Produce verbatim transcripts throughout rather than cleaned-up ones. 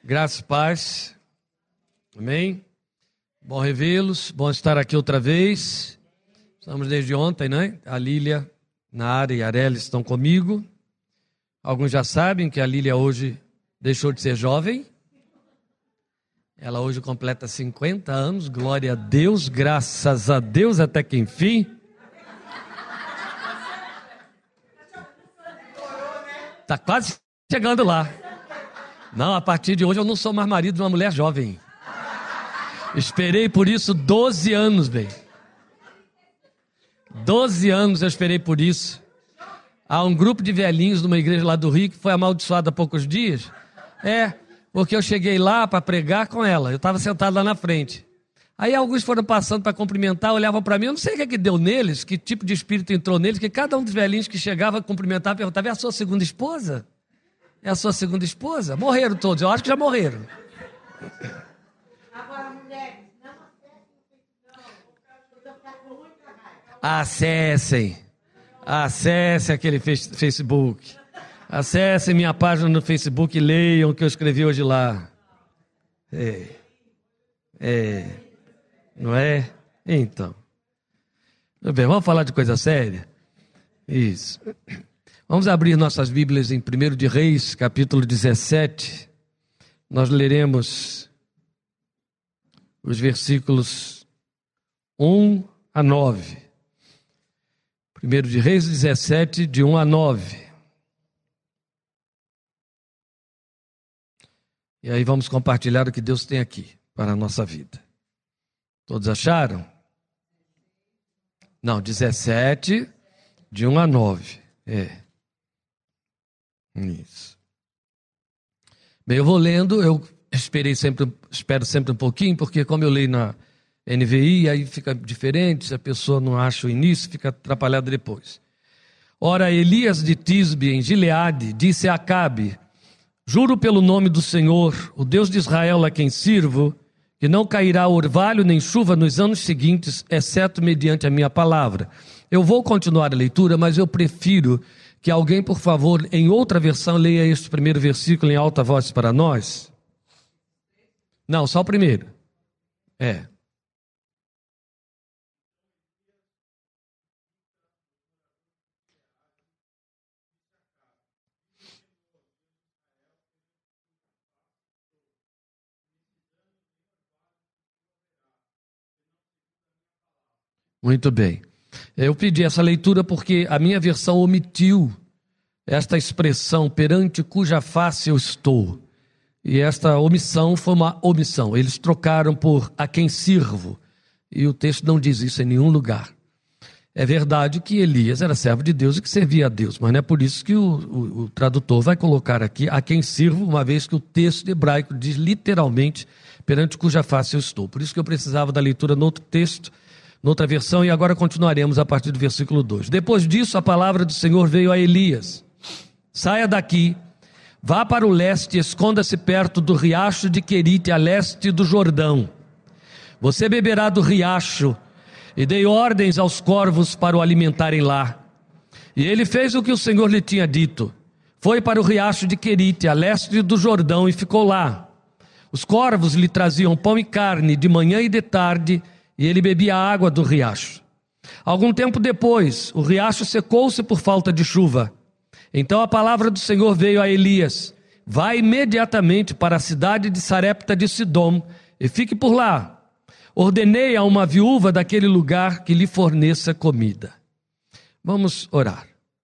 Graças e paz. Amém. Bom revê-los, bom estar aqui outra vez. Estamos desde ontem, né? A Lília, Nara e a Arely estão comigo. Alguns já sabem que a Lília hoje deixou de ser jovem. Ela hoje completa cinquenta anos, glória a Deus, graças a Deus até que enfim. Está quase chegando lá. Não, a partir de hoje eu não sou mais marido de uma mulher jovem. Esperei por isso doze anos, bem. doze anos eu esperei por isso. Há um grupo de velhinhos numa igreja lá do Rio que foi amaldiçoado há poucos dias. É, porque eu cheguei lá para pregar com ela. Eu estava sentado lá na frente. Aí alguns foram passando para cumprimentar, olhavam para mim. Eu não sei o que é que deu neles, que tipo de espírito entrou neles, que cada um dos velhinhos que chegava a cumprimentar perguntava: é a sua segunda esposa? É a sua segunda esposa? Morreram todos, eu acho que já morreram. Agora, mulheres, não acessem, não. Acessem. Acessem aquele Facebook. Acessem minha página no Facebook e leiam o que eu escrevi hoje lá. É. É. Não é? Então. Tudo bem, vamos falar de coisa séria? Isso. Vamos abrir nossas Bíblias em primeiro de Reis, capítulo dezessete. Nós leremos os versículos um a nove. primeiro de Reis dezessete, de um a nove. E aí vamos compartilhar o que Deus tem aqui para a nossa vida. Todos acharam? Não, dezessete, de um a nove. É. Isso. Bem, eu vou lendo, eu esperei sempre, espero sempre um pouquinho, porque como eu leio na N V I, aí fica diferente, se a pessoa não acha o início, fica atrapalhado depois. Ora, Elias de Tisbe, em Gileade, disse a Acabe: juro pelo nome do Senhor, o Deus de Israel a quem sirvo, que não cairá orvalho nem chuva nos anos seguintes, exceto mediante a minha palavra. Eu vou continuar a leitura, mas eu prefiro que alguém, por favor, em outra versão, leia este primeiro versículo em alta voz para nós. Não, só o primeiro. É. Muito bem. Eu pedi essa leitura porque a minha versão omitiu esta expressão, perante cuja face eu estou. E esta omissão foi uma omissão. Eles trocaram por a quem sirvo. E o texto não diz isso em nenhum lugar. É verdade que Elias era servo de Deus e que servia a Deus, mas não é por isso que o, o, o tradutor vai colocar aqui a quem sirvo, uma vez que o texto hebraico diz literalmente perante cuja face eu estou. Por isso que eu precisava da leitura no outro texto, noutra versão, e agora continuaremos a partir do versículo dois. Depois disso, a palavra do Senhor veio a Elias: saia daqui, vá para o leste e esconda-se perto do riacho de Querite, a leste do Jordão. Você beberá do riacho, e dei ordens aos corvos para o alimentarem lá. E ele fez o que o Senhor lhe tinha dito. Foi para o riacho de Querite, a leste do Jordão, e ficou lá. Os corvos lhe traziam pão e carne de manhã e de tarde, e ele bebia a água do riacho. Algum tempo depois, o riacho secou-se por falta de chuva. Então a palavra do Senhor veio a Elias: vá imediatamente para a cidade de Sarepta de Sidom e fique por lá. Ordenei a uma viúva daquele lugar que lhe forneça comida. Vamos orar.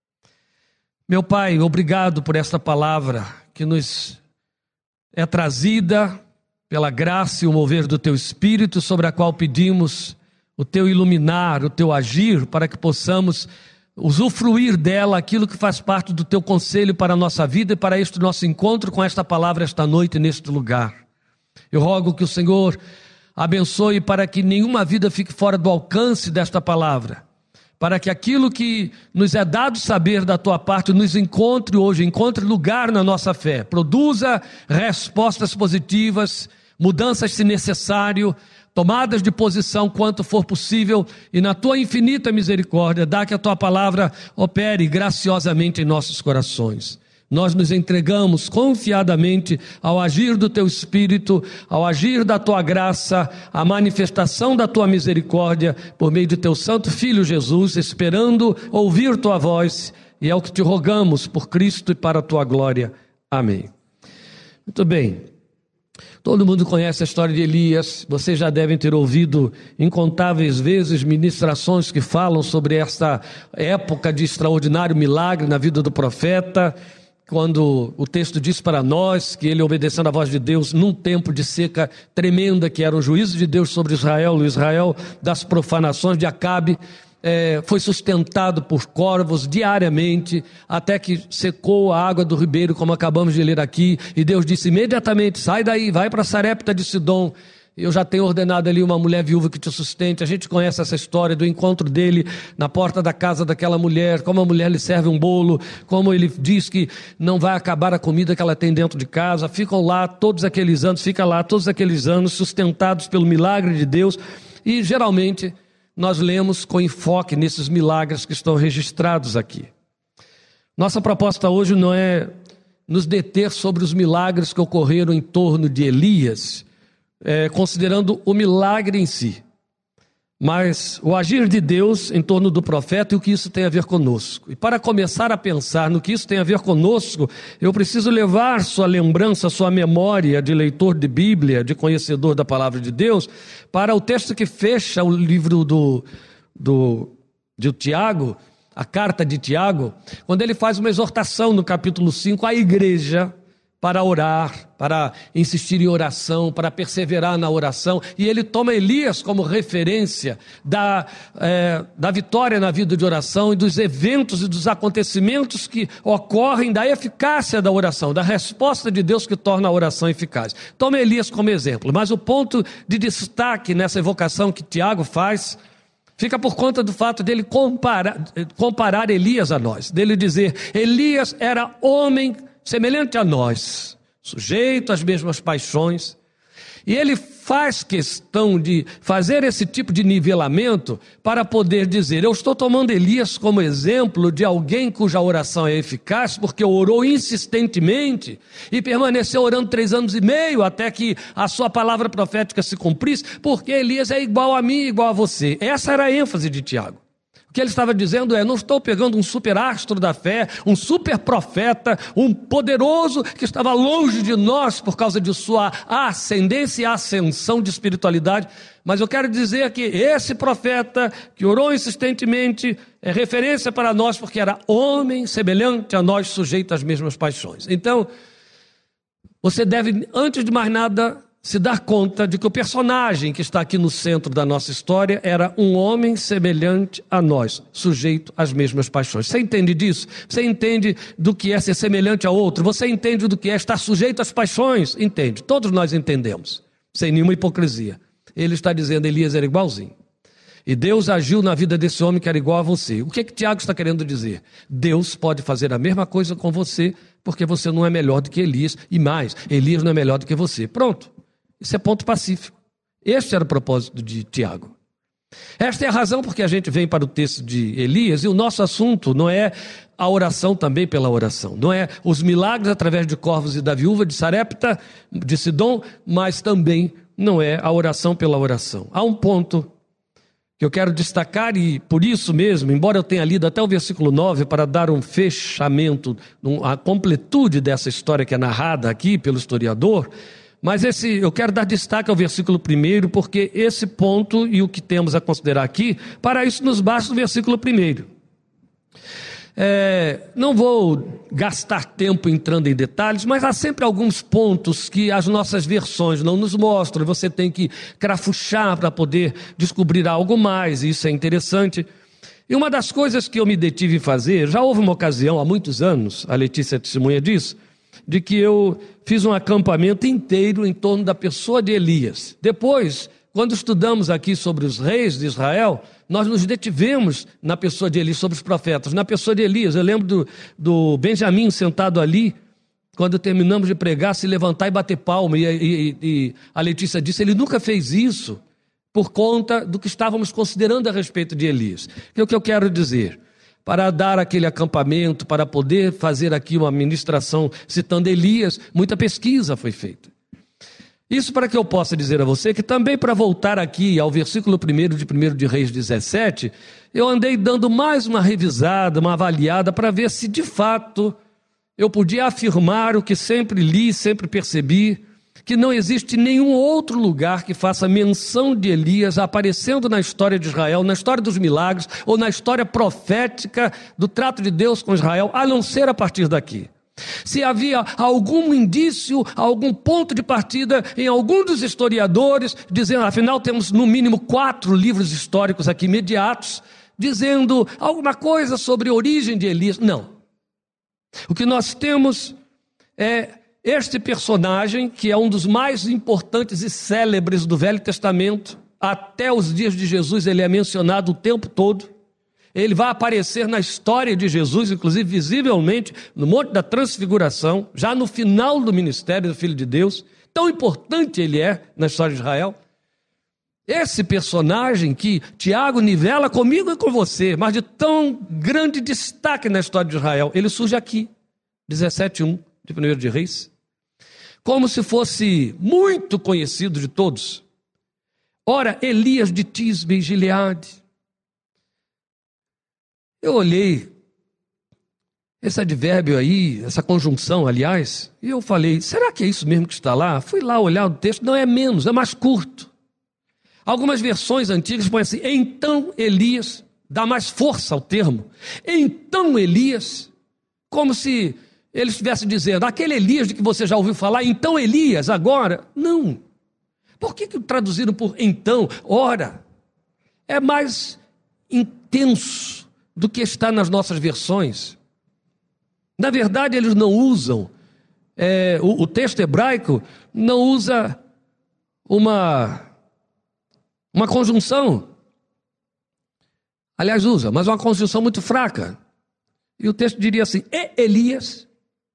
Meu Pai, obrigado por esta palavra que nos é trazida pela graça e o mover do Teu Espírito, sobre a qual pedimos o Teu iluminar, o Teu agir, para que possamos usufruir dela, aquilo que faz parte do Teu conselho para a nossa vida e para este nosso encontro com esta palavra esta noite neste lugar. Eu rogo que o Senhor abençoe para que nenhuma vida fique fora do alcance desta palavra, para que aquilo que nos é dado saber da Tua parte nos encontre hoje, encontre lugar na nossa fé, produza respostas positivas, mudanças se necessário, tomadas de posição quanto for possível, e na Tua infinita misericórdia, dá que a Tua palavra opere graciosamente em nossos corações. Nós nos entregamos confiadamente ao agir do Teu Espírito, ao agir da Tua graça, à manifestação da Tua misericórdia, por meio de Teu Santo Filho Jesus, esperando ouvir Tua voz, e é o que te rogamos por Cristo e para a Tua glória. Amém. Muito bem. Todo mundo conhece a história de Elias, vocês já devem ter ouvido incontáveis vezes ministrações que falam sobre esta época de extraordinário milagre na vida do profeta, quando o texto diz para nós que ele, obedecendo à voz de Deus, num tempo de seca tremenda, que era o juízo de Deus sobre Israel, o Israel das profanações de Acabe, É, foi sustentado por corvos diariamente, até que secou a água do ribeiro, como acabamos de ler aqui, e Deus disse imediatamente, sai daí, vai para Sarepta de Sidom, eu já tenho ordenado ali uma mulher viúva que te sustente. A gente conhece essa história do encontro dele na porta da casa daquela mulher, como a mulher lhe serve um bolo, como ele diz que não vai acabar a comida que ela tem dentro de casa, ficam lá todos aqueles anos, fica lá todos aqueles anos, sustentados pelo milagre de Deus, e geralmente nós lemos com enfoque nesses milagres que estão registrados aqui. Nossa proposta hoje não é nos deter sobre os milagres que ocorreram em torno de Elias, é, considerando o milagre em si, mas o agir de Deus em torno do profeta e o que isso tem a ver conosco. E para começar a pensar no que isso tem a ver conosco, eu preciso levar sua lembrança, sua memória de leitor de Bíblia, de conhecedor da palavra de Deus, para o texto que fecha o livro do, do, de Tiago, a carta de Tiago, quando ele faz uma exortação no capítulo cinco à igreja, para orar, para insistir em oração, para perseverar na oração, e ele toma Elias como referência da, é, da vitória na vida de oração e dos eventos e dos acontecimentos que ocorrem da eficácia da oração, da resposta de Deus que torna a oração eficaz. Toma Elias como exemplo, mas o ponto de destaque nessa evocação que Tiago faz fica por conta do fato dele comparar, comparar Elias a nós, dele dizer, Elias era homem semelhante a nós, sujeito às mesmas paixões, e ele faz questão de fazer esse tipo de nivelamento para poder dizer, eu estou tomando Elias como exemplo de alguém cuja oração é eficaz, porque orou insistentemente e permaneceu orando três anos e meio até que a sua palavra profética se cumprisse, porque Elias é igual a mim, igual a você. Essa era a ênfase de Tiago. O que ele estava dizendo é, não estou pegando um super astro da fé, um super profeta, um poderoso que estava longe de nós por causa de sua ascendência e ascensão de espiritualidade, mas eu quero dizer que esse profeta que orou insistentemente é referência para nós porque era homem semelhante a nós, sujeito às mesmas paixões. Então, você deve, antes de mais nada, se dar conta de que o personagem que está aqui no centro da nossa história era um homem semelhante a nós, sujeito às mesmas paixões. Você entende disso? Você entende do que é ser semelhante a outro? Você entende do que é estar sujeito às paixões? Entende. Todos nós entendemos, sem nenhuma hipocrisia. Ele está dizendo, Elias era igualzinho. E Deus agiu na vida desse homem que era igual a você. O que é que Tiago está querendo dizer? Deus pode fazer a mesma coisa com você, porque você não é melhor do que Elias. E mais, Elias não é melhor do que você. Pronto. Isso é ponto pacífico. Este era o propósito de Tiago. Esta é a razão porque a gente vem para o texto de Elias, e o nosso assunto não é a oração também pela oração, não é os milagres através de corvos e da viúva de Sarepta, de Sidom, mas também não é a oração pela oração. Há um ponto que eu quero destacar, e por isso mesmo, embora eu tenha lido até o versículo nove para dar um fechamento, a completude dessa história que é narrada aqui pelo historiador, mas esse, eu quero dar destaque ao versículo primeiro, porque esse ponto e o que temos a considerar aqui, para isso nos basta o versículo primeiro. É, não vou gastar tempo entrando em detalhes, mas há sempre alguns pontos que as nossas versões não nos mostram. Você tem que crafuchar para poder descobrir algo mais, e isso é interessante. E uma das coisas que eu me detive em fazer, já houve uma ocasião há muitos anos, a Letícia testemunha disso, de que eu fiz um acampamento inteiro em torno da pessoa de Elias. Depois, quando estudamos aqui sobre os reis de Israel, nós nos detivemos na pessoa de Elias, sobre os profetas, na pessoa de Elias. Eu lembro do, do Benjamim sentado ali, quando terminamos de pregar, se levantar e bater palma, e, e, e a Letícia disse, ele nunca fez isso por conta do que estávamos considerando a respeito de Elias. O que eu quero dizer? para dar aquele acampamento, para poder fazer aqui uma ministração citando Elias, muita pesquisa foi feita. Isso para que eu possa dizer a você que também, para voltar aqui ao versículo primeiro de primeiro de Reis dezessete, eu andei dando mais uma revisada, uma avaliada, para ver se de fato eu podia afirmar o que sempre li, sempre percebi, que não existe nenhum outro lugar que faça menção de Elias aparecendo na história de Israel, na história dos milagres, ou na história profética do trato de Deus com Israel, a não ser a partir daqui. Se havia algum indício, algum ponto de partida em algum dos historiadores, dizendo, afinal temos no mínimo quatro livros históricos aqui imediatos, dizendo alguma coisa sobre a origem de Elias, não. O que nós temos é este personagem, que é um dos mais importantes e célebres do Velho Testamento, até os dias de Jesus ele é mencionado o tempo todo. Ele vai aparecer na história de Jesus, inclusive visivelmente, no Monte da Transfiguração, já no final do ministério do Filho de Deus. Tão importante ele é na história de Israel. Esse personagem que Tiago nivela comigo e com você, mas de tão grande destaque na história de Israel, ele surge aqui, dezessete um de primeiro de Reis, como se fosse muito conhecido de todos. Ora, Elias de Tisbe e Gileade. Eu olhei esse advérbio aí, essa conjunção, aliás, e eu falei, será que é isso mesmo que está lá? Fui lá olhar o texto, não é menos, é mais curto. Algumas versões antigas põem assim, então Elias, dá mais força ao termo, então Elias, como se ele estivesse dizendo, aquele Elias de que você já ouviu falar, então Elias, agora, não. Por que que traduziram por então? Ora, é mais intenso do que está nas nossas versões. Na verdade, eles não usam, é, o, o texto hebraico não usa uma, uma conjunção. Aliás, usa, mas uma conjunção muito fraca. E o texto diria assim, e Elias.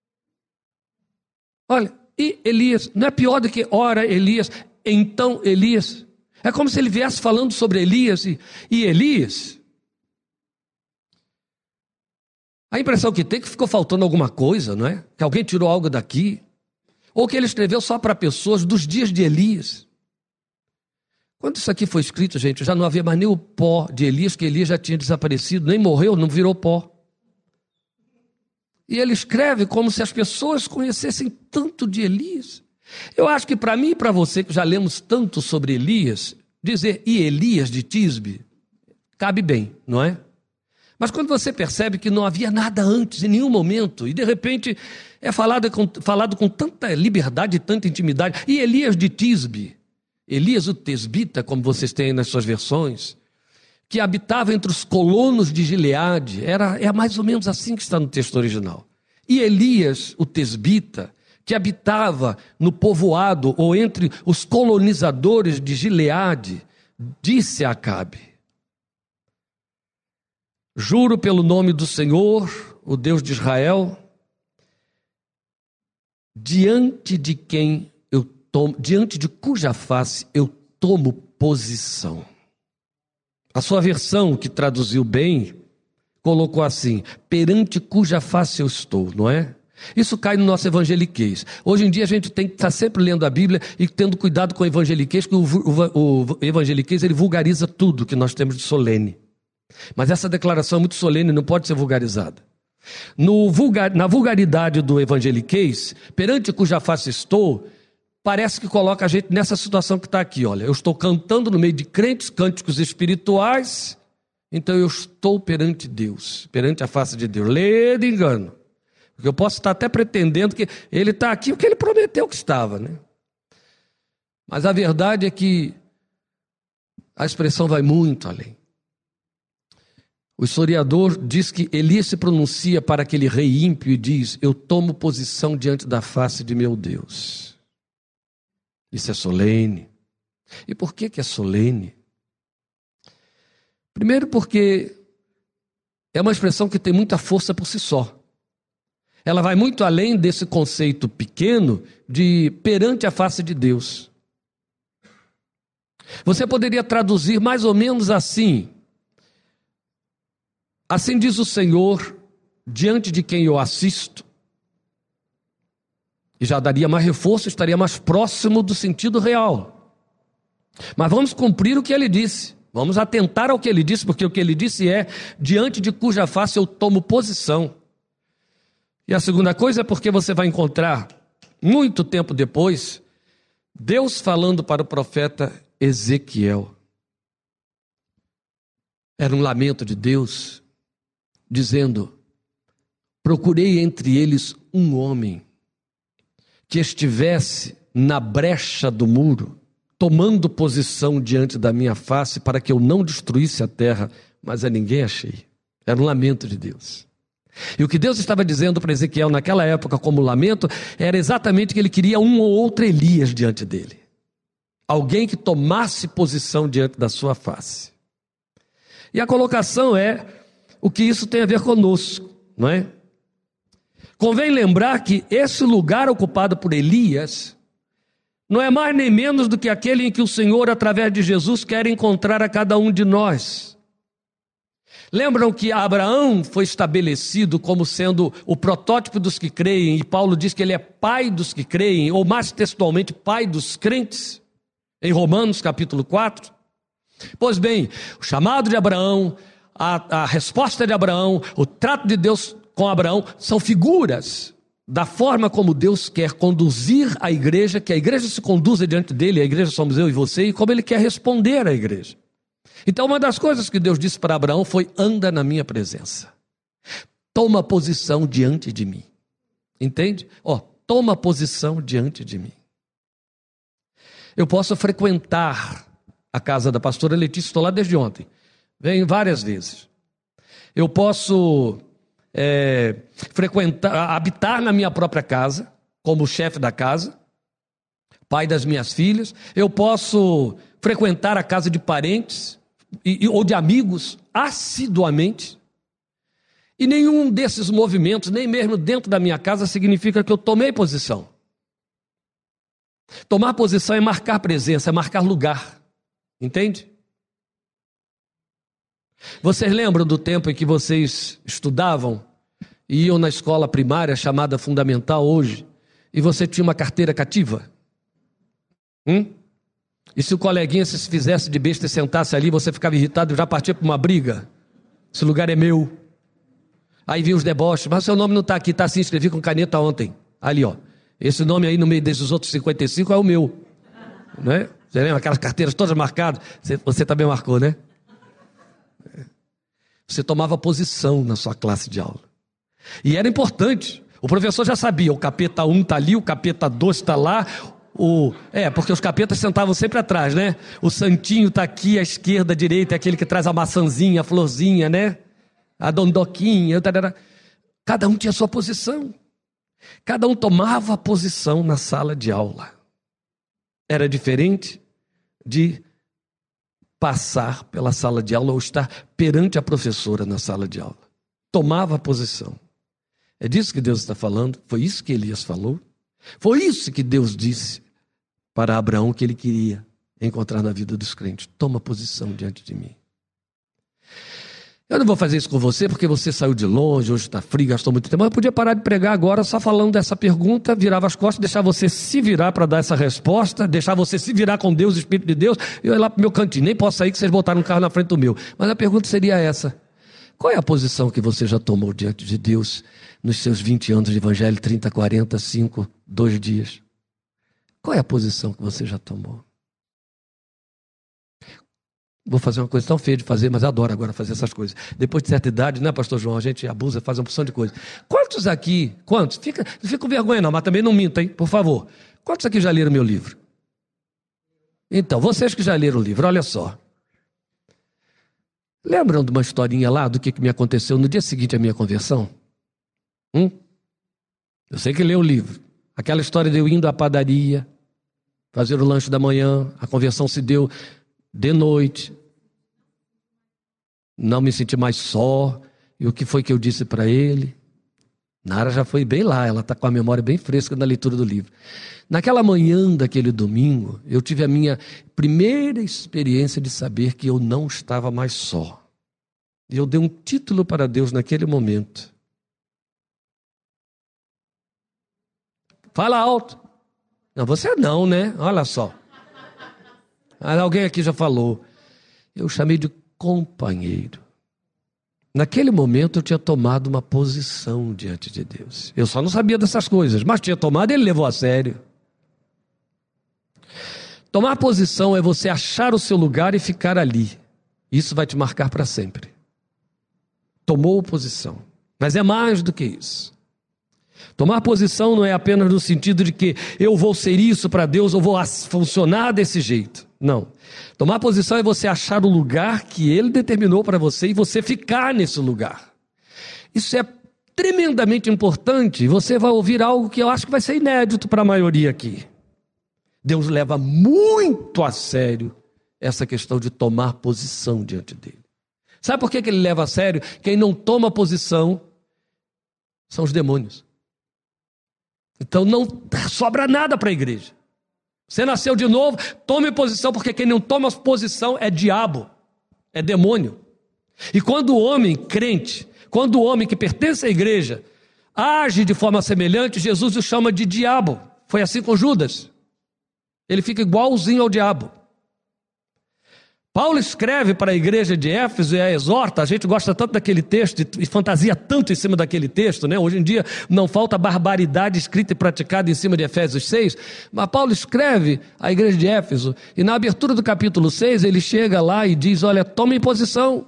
Olha, e Elias, não é pior do que ora Elias, então Elias. É como se ele viesse falando sobre Elias e, e Elias. A impressão que tem é que ficou faltando alguma coisa, não é? Que alguém tirou algo daqui. Ou que ele escreveu só para pessoas dos dias de Elias. Quando isso aqui foi escrito, gente, já não havia mais nem o pó de Elias, que Elias já tinha desaparecido, nem morreu, não virou pó. E ele escreve como se as pessoas conhecessem tanto de Elias. Eu acho que para mim e para você, que já lemos tanto sobre Elias, dizer e Elias de Tisbe, cabe bem, não é? Mas quando você percebe que não havia nada antes, em nenhum momento, e de repente é falado com, falado com tanta liberdade e tanta intimidade, e Elias de Tisbe, Elias o Tesbita, como vocês têm nas suas versões, que habitava entre os colonos de Gileade, era, é mais ou menos assim que está no texto original. E Elias o Tesbita, que habitava no povoado, ou entre os colonizadores de Gileade, disse a Acabe, juro pelo nome do Senhor, o Deus de Israel, diante de quem eu tomo, diante de cuja face eu tomo posição. A sua versão, que traduziu bem, colocou assim, perante cuja face eu estou, não é? Isso cai no nosso evangeliquez. Hoje em dia a gente tem que estar sempre lendo a Bíblia e tendo cuidado com o evangeliquez, porque o, o, o evangeliquez ele vulgariza tudo que nós temos de solene. Mas essa declaração é muito solene, não pode ser vulgarizada. No vulgar, na vulgaridade do evangeliquez, perante cuja face estou, parece que coloca a gente nessa situação que está aqui. Olha, eu estou cantando no meio de crentes, cânticos espirituais, então eu estou perante Deus, perante a face de Deus. Lê de engano. Porque eu posso estar até pretendendo que ele está aqui porque ele prometeu que estava, né? Mas a verdade é que a expressão vai muito além. O historiador diz que Elias se pronuncia para aquele rei ímpio e diz, eu tomo posição diante da face de meu Deus. Isso é solene. E por que que é solene? Primeiro porque é uma expressão que tem muita força por si só. Ela vai muito além desse conceito pequeno de perante a face de Deus. Você poderia traduzir mais ou menos assim, Assim diz o Senhor, diante de quem eu assisto, e já daria mais reforço, estaria mais próximo do sentido real. Mas vamos cumprir o que ele disse, vamos atentar ao que ele disse, porque o que ele disse é, diante de cuja face eu tomo posição. E a segunda coisa é porque você vai encontrar, muito tempo depois, Deus falando para o profeta Ezequiel. Era um lamento de Deus, dizendo: procurei entre eles um homem que estivesse na brecha do muro, tomando posição diante da minha face para que eu não destruísse a terra, mas a ninguém achei. Era um lamento de Deus. E o que Deus estava dizendo para Ezequiel naquela época como lamento, era exatamente que ele queria um ou outro Elias diante dele. Alguém que tomasse posição diante da sua face. E a colocação é, o que isso tem a ver conosco, não é? Convém lembrar que esse lugar ocupado por Elias não é mais nem menos do que aquele em que o Senhor, através de Jesus, quer encontrar a cada um de nós. Lembram que Abraão foi estabelecido como sendo o protótipo dos que creem, e Paulo diz que ele é pai dos que creem, ou mais textualmente, pai dos crentes, em Romanos capítulo quatro. Pois bem, o chamado de Abraão, a, a resposta de Abraão, o trato de Deus com Abraão, são figuras da forma como Deus quer conduzir a igreja, que a igreja se conduza diante dele, a igreja somos eu e você, e como ele quer responder à igreja. Então uma das coisas que Deus disse para Abraão foi: anda na minha presença, toma posição diante de mim. Entende? Ó, toma posição diante de mim. Eu posso frequentar a casa da pastora Letícia, estou lá desde ontem, venho várias vezes. Eu posso é, frequentar, habitar na minha própria casa, como chefe da casa, pai das minhas filhas. Eu posso frequentar a casa de parentes e, ou de amigos assiduamente. E nenhum desses movimentos, nem mesmo dentro da minha casa, significa que eu tomei posição. Tomar posição é marcar presença, é marcar lugar. Entende? Vocês lembram do tempo em que vocês estudavam e iam na escola primária, chamada fundamental hoje, e você tinha uma carteira cativa? Hum? E se o coleguinha se fizesse de besta e sentasse ali, você ficava irritado e já partia para uma briga? Esse lugar é meu. Aí vinha os deboches: mas seu nome não está aqui, está assim, escrevi com caneta ontem. Ali, ó. Esse nome aí no meio desses outros cinquenta e cinco é o meu. Não é? Você lembra aquelas carteiras todas marcadas? Você, você também marcou, né? Você tomava posição na sua classe de aula. E era importante. O professor já sabia, o capeta um está ali, o capeta dois está lá. O... É, porque os capetas sentavam sempre atrás, né? O santinho está aqui à esquerda, à direita, é aquele que traz a maçãzinha, a florzinha, né? A dondoquinha. Cada um tinha a sua posição. Cada um tomava posição na sala de aula. Era diferente de passar pela sala de aula ou estar perante a professora na sala de aula. Tomava posição. É disso que Deus está falando. Foi isso que Elias falou. Foi isso que Deus disse para Abraão que ele queria encontrar na vida dos crentes. Toma posição diante de mim. Eu não vou fazer isso com você porque você saiu de longe, hoje está frio, gastou muito tempo. Mas eu podia parar de pregar agora só falando dessa pergunta, virava as costas, deixar você se virar para dar essa resposta, deixar você se virar com Deus, o Espírito de Deus, e eu ir lá para o meu cantinho. Nem posso sair que vocês botaram um carro na frente do meu. Mas a pergunta seria essa: qual é a posição que você já tomou diante de Deus nos seus vinte anos de evangelho, trinta, quarenta, cinco, dois dias? Qual é a posição que você já tomou? Vou fazer uma coisa tão feia de fazer, mas eu adoro agora fazer essas coisas. Depois de certa idade, né, pastor João? A gente abusa, faz uma porção de coisa. Quantos aqui, quantos? Fica, não fica com vergonha não, mas também não minta, hein, por favor. Quantos aqui já leram meu livro? Então, vocês que já leram o livro, olha só. Lembram de uma historinha lá do que, que me aconteceu no dia seguinte à minha conversão? Hum? Eu sei que leu o livro. Aquela história de eu indo à padaria, fazer o lanche da manhã, a conversão se deu de noite, não me senti mais só. E o que foi que eu disse para ele? Nara já foi bem lá, ela está com a memória bem fresca na leitura do livro. Naquela manhã daquele domingo, eu tive a minha primeira experiência de saber que eu não estava mais só. E eu dei um título para Deus naquele momento. Fala alto. Não, você não, né? Olha só. Alguém aqui já falou. Eu chamei de companheiro. Naquele momento eu tinha tomado uma posição diante de Deus. Eu só não sabia dessas coisas, mas tinha tomado e ele levou a sério. Tomar posição é você achar o seu lugar e ficar ali. Isso vai te marcar para sempre. Tomou posição. Mas é mais do que isso. Tomar posição não é apenas no sentido de que eu vou ser isso para Deus, eu vou funcionar desse jeito. Não. Tomar posição é você achar o lugar que Ele determinou para você e você ficar nesse lugar. Isso é tremendamente importante. Você vai ouvir algo que eu acho que vai ser inédito para a maioria aqui. Deus leva muito a sério essa questão de tomar posição diante dele. Sabe por que Ele leva a sério? Quem não toma posição são os demônios. Então não sobra nada para a igreja. Você nasceu de novo, tome posição, porque quem não toma posição é diabo, é demônio. E quando o homem crente, quando o homem que pertence à igreja age de forma semelhante, Jesus o chama de diabo. Foi assim com Judas. Ele fica igualzinho ao diabo. Paulo escreve para a igreja de Éfeso e a exorta. A gente gosta tanto daquele texto e fantasia tanto em cima daquele texto, né? Hoje em dia não falta barbaridade escrita e praticada em cima de Efésios seis, mas Paulo escreve à igreja de Éfeso e na abertura do capítulo seis ele chega lá e diz: olha, tomem posição,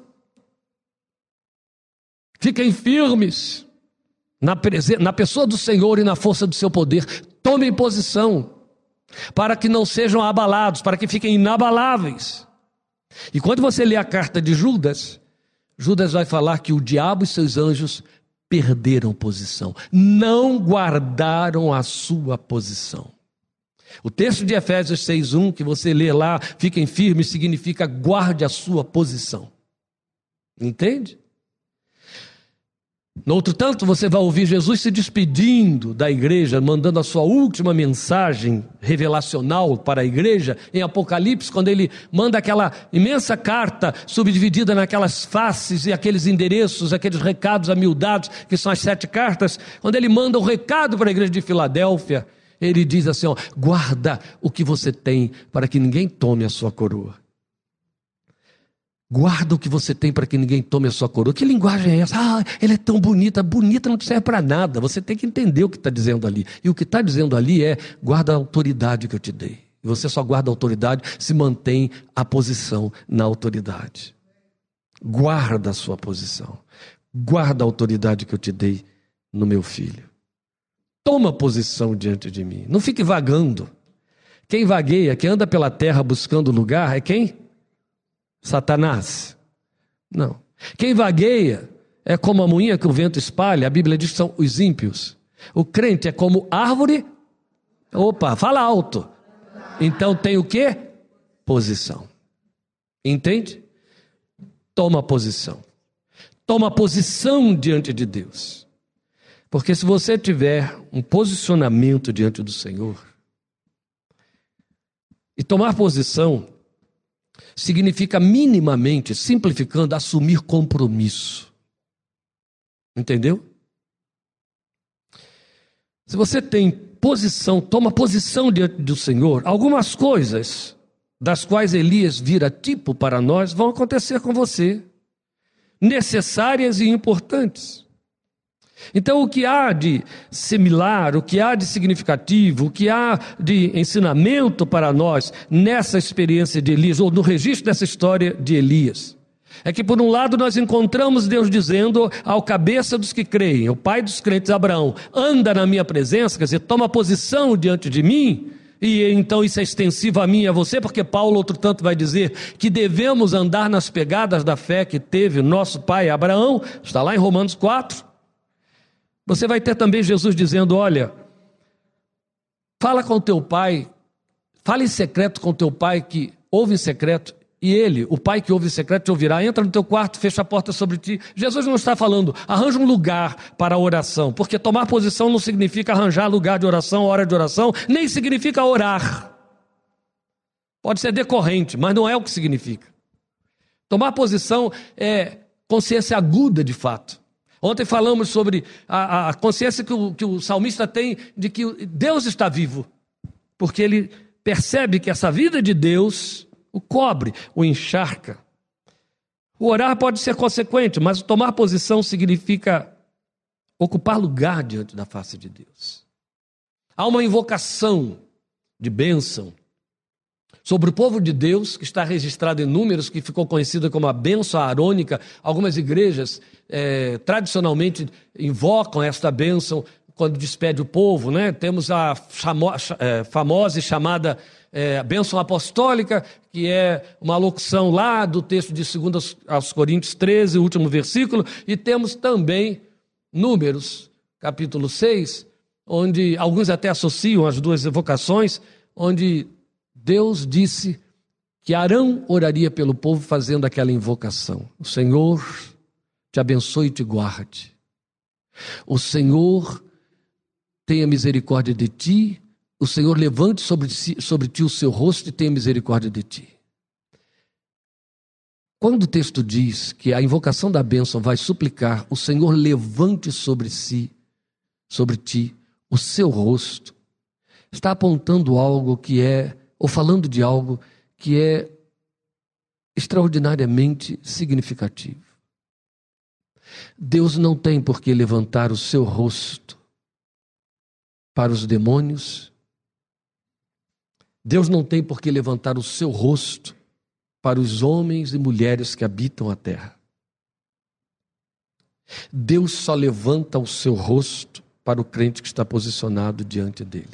fiquem firmes na, presen- na pessoa do Senhor e na força do seu poder, tomem posição para que não sejam abalados, para que fiquem inabaláveis. E quando você lê a carta de Judas, Judas vai falar que o diabo e seus anjos perderam posição, não guardaram a sua posição. O texto de Efésios seis, um, que você lê lá, fiquem firmes, significa guarde a sua posição. Entende? No outro tanto, você vai ouvir Jesus se despedindo da igreja, mandando a sua última mensagem revelacional para a igreja, em Apocalipse, quando ele manda aquela imensa carta subdividida naquelas faces e aqueles endereços, aqueles recados amiudados, que são as sete cartas. Quando ele manda um recado para a igreja de Filadélfia, ele diz assim, ó, guarda o que você tem para que ninguém tome a sua coroa. Guarda o que você tem para que ninguém tome a sua coroa. Que linguagem é essa? Ah, ela é tão bonita. Bonita não serve para nada. Você tem que entender o que está dizendo ali. E o que está dizendo ali é, guarda a autoridade que eu te dei. E você só guarda a autoridade se mantém a posição na autoridade. Guarda a sua posição. Guarda a autoridade que eu te dei no meu filho. Toma posição diante de mim. Não fique vagando. Quem vagueia, quem anda pela terra buscando lugar, é quem? Satanás. Não. Quem vagueia é como a moinha que o vento espalha. A Bíblia diz que são os ímpios. O crente é como árvore. Opa, fala alto. Então tem o quê? Posição. Entende? Toma posição. Toma posição diante de Deus. Porque se você tiver um posicionamento diante do Senhor, e tomar posição significa minimamente, simplificando, assumir compromisso. Entendeu? Se você tem posição, toma posição diante do Senhor, algumas coisas das quais Elias vira tipo para nós vão acontecer com você, necessárias e importantes. Então o que há de similar, o que há de significativo, o que há de ensinamento para nós nessa experiência de Elias, ou no registro dessa história de Elias, é que por um lado nós encontramos Deus dizendo ao cabeça dos que creem, o pai dos crentes Abraão, anda na minha presença, quer dizer, toma posição diante de mim, e então isso é extensivo a mim e a você, porque Paulo, outro tanto, vai dizer que devemos andar nas pegadas da fé que teve nosso pai Abraão, está lá em Romanos quatro. Você vai ter também Jesus dizendo, olha, fala com teu pai, fala em secreto com teu pai que ouve em secreto, e ele, o pai que ouve em secreto, te ouvirá, entra no teu quarto, fecha a porta sobre ti. Jesus não está falando, arranja um lugar para a oração, porque tomar posição não significa arranjar lugar de oração, hora de oração, nem significa orar. Pode ser decorrente, mas não é o que significa. Tomar posição é consciência aguda de fato. Ontem falamos sobre a, a consciência que o, que o salmista tem de que Deus está vivo, porque ele percebe que essa vida de Deus o cobre, o encharca. O orar pode ser consequente, mas tomar posição significa ocupar lugar diante da face de Deus. Há uma invocação de bênção sobre o povo de Deus, que está registrado em Números, que ficou conhecida como a bênção arônica. Algumas igrejas é, tradicionalmente invocam esta bênção quando despede o povo, né? Temos a chamo, é, famosa e chamada é, bênção apostólica, que é uma locução lá do texto de dois aos Coríntios treze, o último versículo, e temos também Números, capítulo seis, onde alguns até associam as duas evocações, onde Deus disse que Arão oraria pelo povo fazendo aquela invocação. O Senhor te abençoe e te guarde. O Senhor tenha misericórdia de ti. O Senhor levante sobre, si, sobre ti o seu rosto e tenha misericórdia de ti. Quando o texto diz que a invocação da bênção vai suplicar, o Senhor levante sobre si, sobre ti, o seu rosto, está apontando algo que é, ou falando de algo que é extraordinariamente significativo. Deus não tem por que levantar o seu rosto para os demônios. Deus não tem por que levantar o seu rosto para os homens e mulheres que habitam a terra. Deus só levanta o seu rosto para o crente que está posicionado diante dele.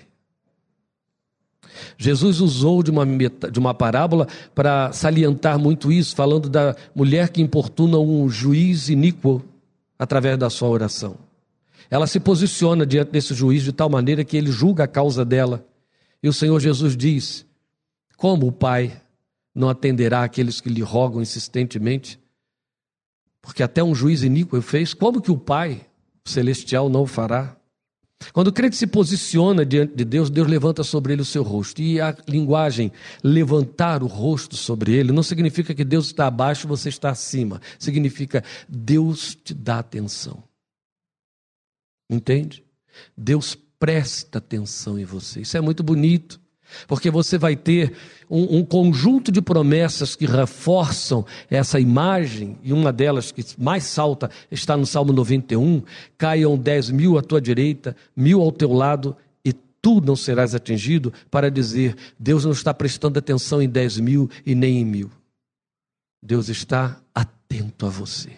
Jesus usou de uma, de uma parábola para salientar muito isso, falando da mulher que importuna um juiz iníquo através da sua oração. Ela se posiciona diante desse juiz de tal maneira que ele julga a causa dela. E o Senhor Jesus diz: como o Pai não atenderá aqueles que lhe rogam insistentemente? Porque até um juiz iníquo fez, como que o Pai celestial não o fará? Quando o crente se posiciona diante de Deus, Deus levanta sobre ele o seu rosto. E a linguagem levantar o rosto sobre ele não significa que Deus está abaixo e você está acima. Significa Deus te dá atenção. Entende? Deus presta atenção em você. Isso é muito bonito, porque você vai ter um, um conjunto de promessas que reforçam essa imagem, e uma delas que mais salta está no Salmo noventa e um: caiam dez mil à tua direita, mil ao teu lado, e tu não serás atingido, para dizer, Deus não está prestando atenção em dez mil e nem em mil. Deus está atento a você.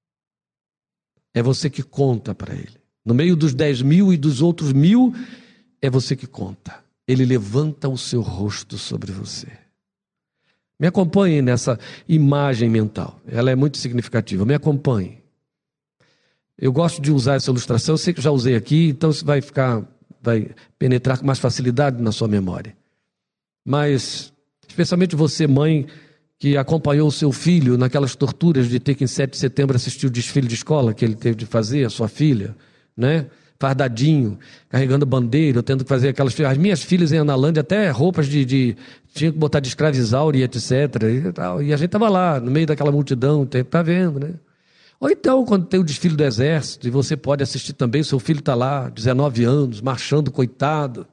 É você que conta para Ele. No meio dos dez mil e dos outros mil, é você que conta. Ele levanta o seu rosto sobre você. Me acompanhe nessa imagem mental. Ela é muito significativa. Me acompanhe. Eu gosto de usar essa ilustração. Eu sei que já usei aqui, então isso vai ficar, vai penetrar com mais facilidade na sua memória. Mas, especialmente você, mãe, que acompanhou o seu filho naquelas torturas de ter que em sete de setembro assistir o desfile de escola que ele teve de fazer, a sua filha, né? Fardadinho, carregando bandeira, eu tendo que fazer aquelas... As minhas filhas em Analândia, até roupas de... de tinha que botar de escravizaura e etcétera. E, tal, e a gente estava lá, no meio daquela multidão, tá vendo, né? Ou então, quando tem o desfile do exército, e você pode assistir também, seu filho está lá, dezenove anos, marchando, coitado.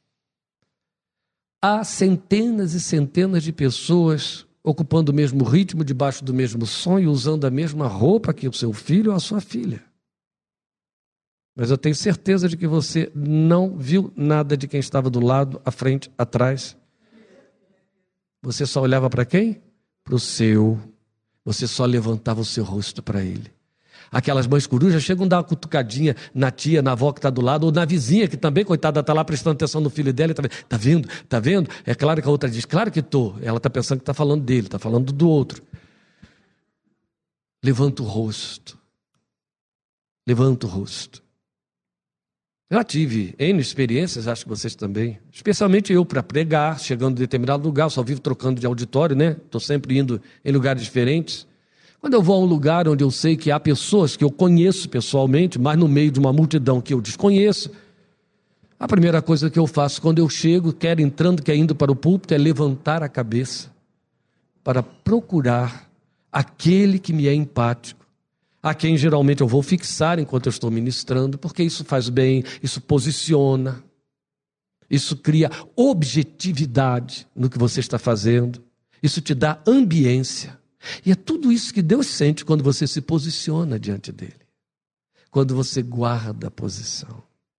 Há centenas e centenas de pessoas ocupando o mesmo ritmo, debaixo do mesmo sonho, usando a mesma roupa que o seu filho ou a sua filha. Mas eu tenho certeza de que você não viu nada de quem estava do lado, à frente, atrás. Você só olhava para quem? Para o seu. Você só levantava o seu rosto para ele. Aquelas mães corujas chegam a dar uma cutucadinha na tia, na avó que está do lado, ou na vizinha que também, coitada, está lá prestando atenção no filho dela. Está vendo? Está vendo? É claro que a outra diz, claro que estou. Ela está pensando que está falando dele, está falando do outro. Levanta o rosto. Levanta o rosto. Eu já tive N experiências, acho que vocês também, especialmente eu para pregar, chegando em determinado lugar, eu só vivo trocando de auditório, né? Estou sempre indo em lugares diferentes. Quando eu vou a um lugar onde eu sei que há pessoas que eu conheço pessoalmente, mas no meio de uma multidão que eu desconheço, a primeira coisa que eu faço quando eu chego, quer entrando, quer indo para o púlpito, é levantar a cabeça para procurar aquele que me é empático, a quem geralmente eu vou fixar enquanto eu estou ministrando, porque isso faz bem, isso posiciona, isso cria objetividade no que você está fazendo, isso te dá ambiência. E é tudo isso que Deus sente quando você se posiciona diante dele, quando você guarda a posição.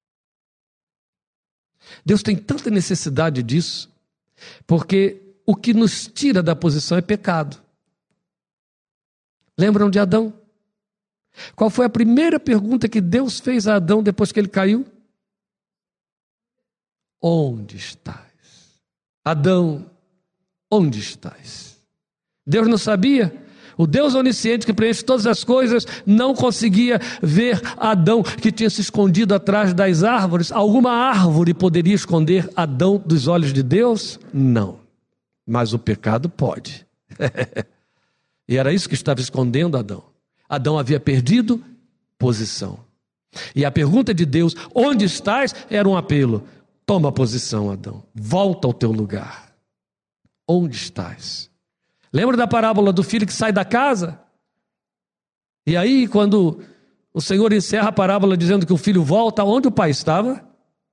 Deus tem tanta necessidade disso, porque o que nos tira da posição é pecado. Lembram de Adão? Qual foi a primeira pergunta que Deus fez a Adão depois que ele caiu? Onde estás? Adão, onde estás? Deus não sabia? O Deus onisciente que preenche todas as coisas não conseguia ver Adão, que tinha se escondido atrás das árvores. Alguma árvore poderia esconder Adão dos olhos de Deus? Não. Mas o pecado pode. E era isso que estava escondendo Adão. Adão havia perdido posição. E a pergunta de Deus, onde estás? Era um apelo. Toma posição, Adão. Volta ao teu lugar. Onde estás? Lembra da parábola do filho que sai da casa? E aí, quando o Senhor encerra a parábola dizendo que o filho volta, onde o pai estava?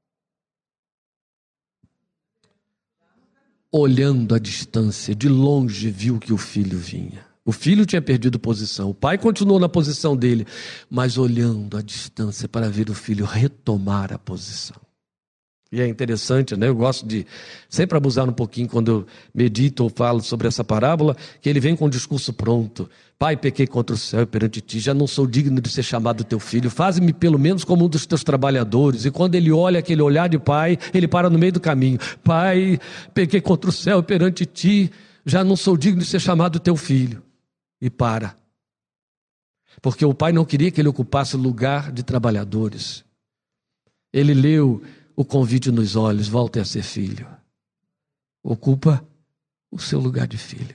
Olhando à distância, de longe viu que o filho vinha. O filho tinha perdido posição, o pai continuou na posição dele, mas olhando à distância para ver o filho retomar a posição. E é interessante, né? Eu gosto de sempre abusar um pouquinho quando eu medito ou falo sobre essa parábola, que ele vem com o discurso pronto. Pai, pequei contra o céu e perante ti, já não sou digno de ser chamado teu filho, faze-me pelo menos como um dos teus trabalhadores. E quando ele olha aquele olhar de pai, ele para no meio do caminho. Pai, pequei contra o céu e perante ti, já não sou digno de ser chamado teu filho. E para. Porque o pai não queria que ele ocupasse o lugar de trabalhadores. Ele leu o convite nos olhos, volte a ser filho. Ocupa o seu lugar de filho.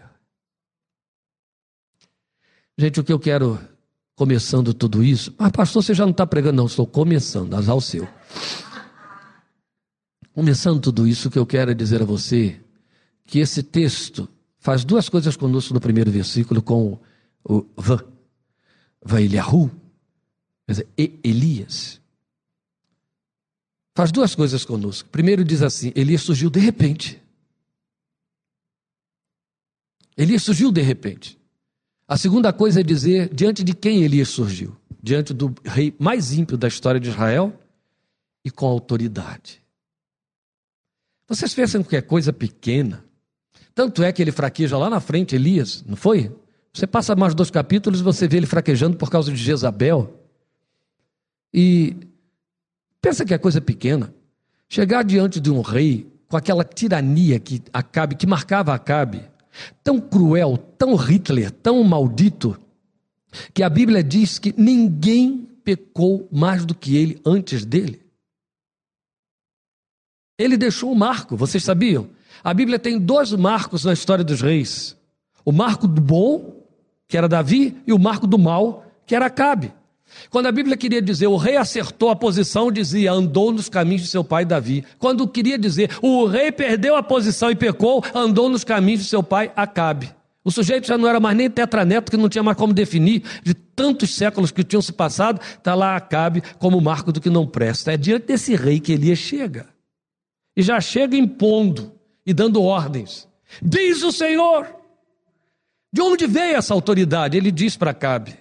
Gente, o que eu quero, começando tudo isso, mas pastor, você já não está pregando, não, estou começando, azar o seu. Começando tudo isso, o que eu quero é dizer a você, que esse texto faz duas coisas conosco no primeiro versículo, com o V, Vailiahu, quer dizer, e Elias. Faz duas coisas conosco. Primeiro diz assim, Elias surgiu de repente. Elias surgiu de repente. A segunda coisa é dizer diante de quem Elias surgiu. Diante do rei mais ímpio da história de Israel e com autoridade. Vocês pensam que é coisa pequena? Tanto é que ele fraqueja lá na frente, Elias, não foi? Você passa mais dois capítulos e você vê ele fraquejando por causa de Jezabel. E pensa que é coisa pequena. Chegar diante de um rei com aquela tirania que Acabe, que marcava Acabe, tão cruel, tão Hitler, tão maldito, que a Bíblia diz que ninguém pecou mais do que ele antes dele. Ele deixou um marco, vocês sabiam? A Bíblia tem dois marcos na história dos reis. O marco do bom, que era Davi, e o marco do mal, que era Acabe. Quando a Bíblia queria dizer o rei acertou a posição, dizia andou nos caminhos de seu pai Davi. Quando queria dizer o rei perdeu a posição e pecou, andou nos caminhos de seu pai Acabe. O sujeito já não era mais nem tetraneto, que não tinha mais como definir, de tantos séculos que tinham se passado, está lá Acabe como marco do que não presta. É diante desse rei que Elias chega. E já chega impondo e dando ordens. Diz o Senhor. De onde veio essa autoridade? Ele diz para Acabe.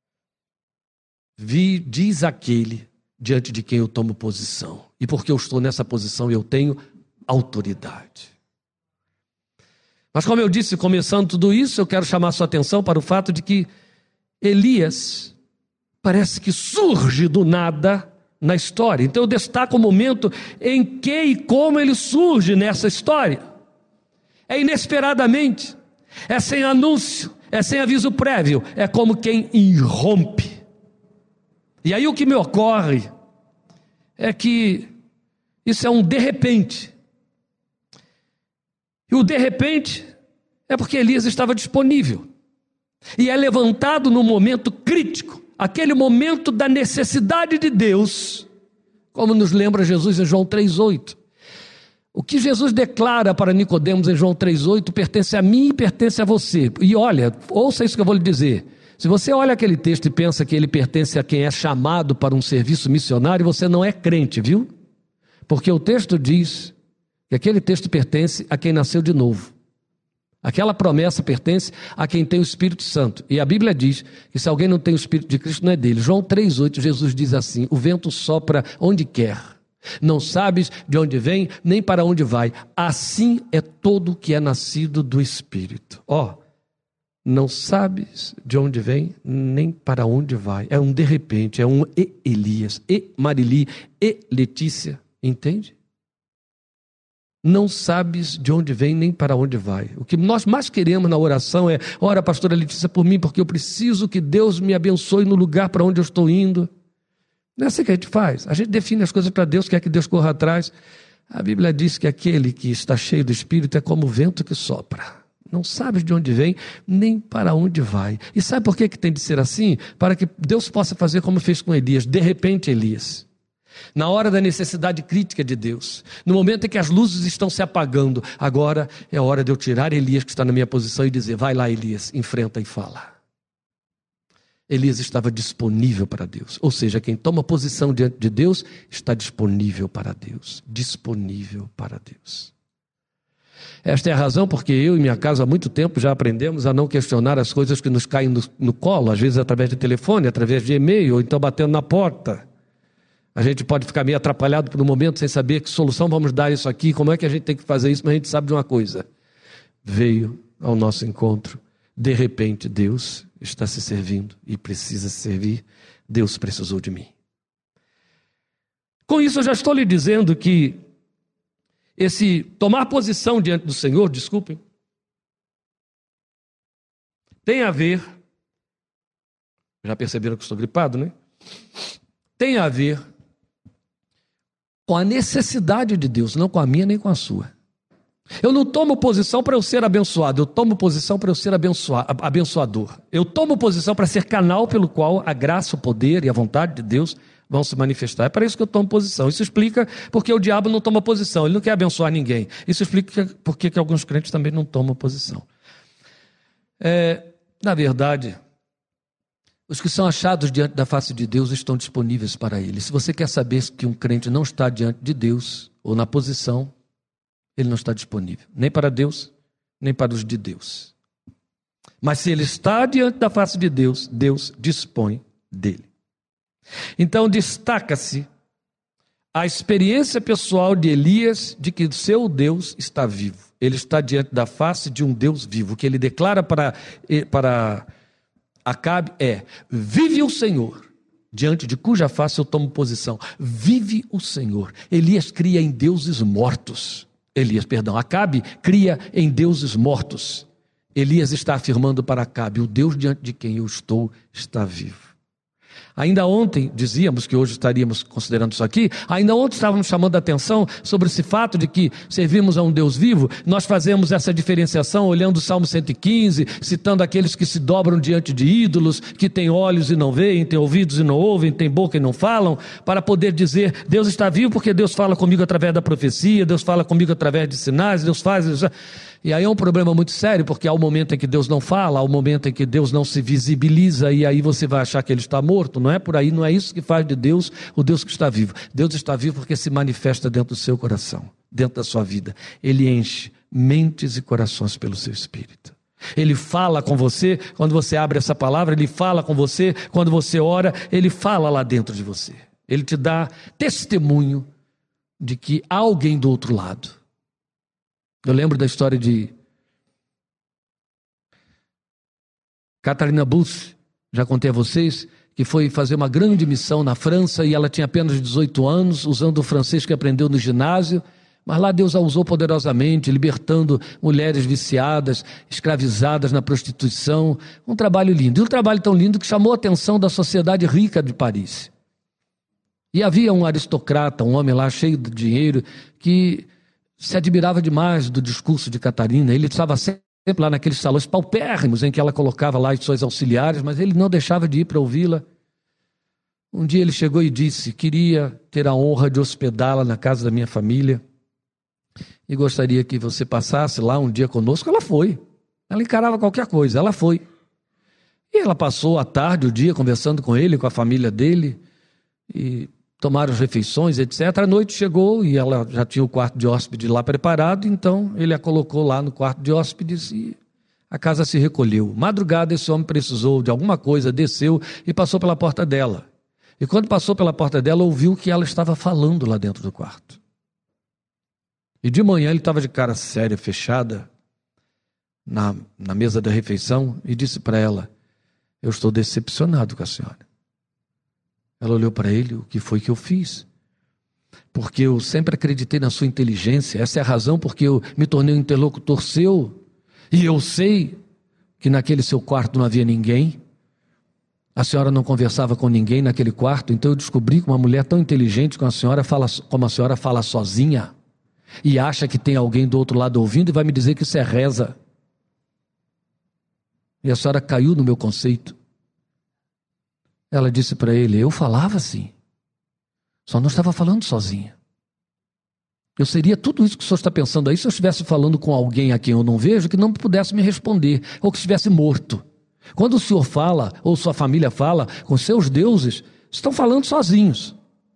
Vi, diz aquele diante de quem eu tomo posição. E porque eu estou nessa posição, eu tenho autoridade. Mas como eu disse, começando tudo isso, eu quero chamar sua atenção para o fato de que Elias parece que surge do nada na história. Então eu destaco o momento em que e como ele surge nessa história. É inesperadamente, é sem anúncio, é sem aviso prévio, é como quem irrompe. E aí o que me ocorre é que isso é um de repente. E o de repente é porque Elias estava disponível. E é levantado no momento crítico, aquele momento da necessidade de Deus, como nos lembra Jesus em João três oito. O que Jesus declara para Nicodemos em João três oito pertence a mim e pertence a você. E olha, ouça isso que eu vou lhe dizer. Se você olha aquele texto e pensa que ele pertence a quem é chamado para um serviço missionário, você não é crente, viu? Porque o texto diz que aquele texto pertence a quem nasceu de novo. Aquela promessa pertence a quem tem o Espírito Santo. E a Bíblia diz que se alguém não tem o Espírito de Cristo, não é dele. João três, oito, Jesus diz assim: o vento sopra onde quer. Não sabes de onde vem, nem para onde vai. Assim é todo que é nascido do Espírito. Ó, oh, não sabes de onde vem, nem para onde vai. É um de repente, é um e Elias, e Marili, e Letícia. Entende? Não sabes de onde vem, nem para onde vai. O que nós mais queremos na oração é: ora, pastora Letícia, por mim, porque eu preciso que Deus me abençoe no lugar para onde eu estou indo. Não é assim que a gente faz. A gente define as coisas para Deus, quer que Deus corra atrás. A Bíblia diz que aquele que está cheio do Espírito é como o vento que sopra. Não sabes de onde vem, nem para onde vai. E sabe por que, que tem de ser assim? Para que Deus possa fazer como fez com Elias. De repente, Elias, na hora da necessidade crítica de Deus, no momento em que as luzes estão se apagando, agora é a hora de eu tirar Elias, que está na minha posição, e dizer: vai lá, Elias, enfrenta e fala. Elias estava disponível para Deus. Ou seja, quem toma posição diante de Deus está disponível para Deus. Disponível para Deus. Esta é a razão porque eu e minha casa há muito tempo já aprendemos a não questionar as coisas que nos caem no, no colo, às vezes através de telefone, através de e-mail, ou então batendo na porta. A gente pode ficar meio atrapalhado por um momento sem saber que solução vamos dar isso aqui, como é que a gente tem que fazer isso, mas a gente sabe de uma coisa: veio ao nosso encontro, de repente Deus está se servindo e precisa se servir. Deus precisou de mim. Com isso eu já estou lhe dizendo que esse tomar posição diante do Senhor, desculpem, tem a ver, já perceberam que estou gripado, né? Tem a ver com a necessidade de Deus, não com a minha nem com a sua. Eu não tomo posição para eu ser abençoado, eu tomo posição para eu ser abençoador. Eu tomo posição para ser canal pelo qual a graça, o poder e a vontade de Deus vão se manifestar. É para isso que eu tomo posição. Isso explica porque o diabo não toma posição, ele não quer abençoar ninguém. Isso explica porque que alguns crentes também não tomam posição. É, na verdade, os que são achados diante da face de Deus estão disponíveis para ele. Se você quer saber que um crente não está diante de Deus ou na posição, ele não está disponível, nem para Deus, nem para os de Deus. Mas se ele está diante da face de Deus, Deus dispõe dele. Então destaca-se a experiência pessoal de Elias de que seu Deus está vivo. Ele está diante da face de um Deus vivo. O que ele declara para, para Acabe é: vive o Senhor, diante de cuja face eu tomo posição. Vive o Senhor. Elias cria em deuses mortos. Elias, perdão, Acabe cria em deuses mortos. Elias está afirmando para Acabe: o Deus diante de quem eu estou está vivo. Ainda ontem, dizíamos que hoje estaríamos considerando isso aqui, ainda ontem estávamos chamando a atenção sobre esse fato de que servimos a um Deus vivo. Nós fazemos essa diferenciação olhando o Salmo cento e quinze, citando aqueles que se dobram diante de ídolos, que têm olhos e não veem, têm ouvidos e não ouvem, têm boca e não falam, para poder dizer: Deus está vivo porque Deus fala comigo através da profecia, Deus fala comigo através de sinais, Deus faz... E aí é um problema muito sério, porque há um momento em que Deus não fala, há um momento em que Deus não se visibiliza, e aí você vai achar que ele está morto. Não é por aí, não é isso que faz de Deus o Deus que está vivo. Deus está vivo porque se manifesta dentro do seu coração, dentro da sua vida. Ele enche mentes e corações pelo seu Espírito. Ele fala com você quando você abre essa palavra, ele fala com você quando você ora, ele fala lá dentro de você. Ele te dá testemunho de que há alguém do outro lado. Eu lembro da história de Catarina Busse, já contei a vocês, que foi fazer uma grande missão na França e ela tinha apenas dezoito anos, usando o francês que aprendeu no ginásio, mas lá Deus a usou poderosamente, libertando mulheres viciadas, escravizadas na prostituição. Um trabalho lindo, e um trabalho tão lindo que chamou a atenção da sociedade rica de Paris. E havia um aristocrata, um homem lá cheio de dinheiro, que se admirava demais do discurso de Catarina. Ele estava sempre lá naqueles salões paupérrimos em que ela colocava lá as suas auxiliares, mas ele não deixava de ir para ouvi-la. Um dia ele chegou e disse: queria ter a honra de hospedá-la na casa da minha família e gostaria que você passasse lá um dia conosco. Ela foi. Ela encarava qualquer coisa, ela foi. E ela passou a tarde, o dia, conversando com ele, com a família dele, e tomaram as refeições, etcétera. A noite chegou e ela já tinha o quarto de hóspede lá preparado, então ele a colocou lá no quarto de hóspedes e a casa se recolheu. Madrugada, esse homem precisou de alguma coisa, desceu e passou pela porta dela. E quando passou pela porta dela, ouviu que ela estava falando lá dentro do quarto. E de manhã ele estava de cara séria, fechada, na, na mesa da refeição, e disse para ela: eu estou decepcionado com a senhora. Ela olhou para ele: o que foi que eu fiz? Porque eu sempre acreditei na sua inteligência, essa é a razão porque eu me tornei um interlocutor seu, e eu sei que naquele seu quarto não havia ninguém, a senhora não conversava com ninguém naquele quarto, então eu descobri que uma mulher tão inteligente como a senhora fala, como a senhora fala sozinha, e acha que tem alguém do outro lado ouvindo e vai me dizer que isso é reza. E a senhora caiu no meu conceito. Ela disse para ele: eu falava assim, só não estava falando sozinha. Eu seria tudo isso que o senhor está pensando aí se eu estivesse falando com alguém a quem eu não vejo, que não pudesse me responder, ou que estivesse morto. Quando o senhor fala, ou sua família fala, com seus deuses, estão falando sozinhos.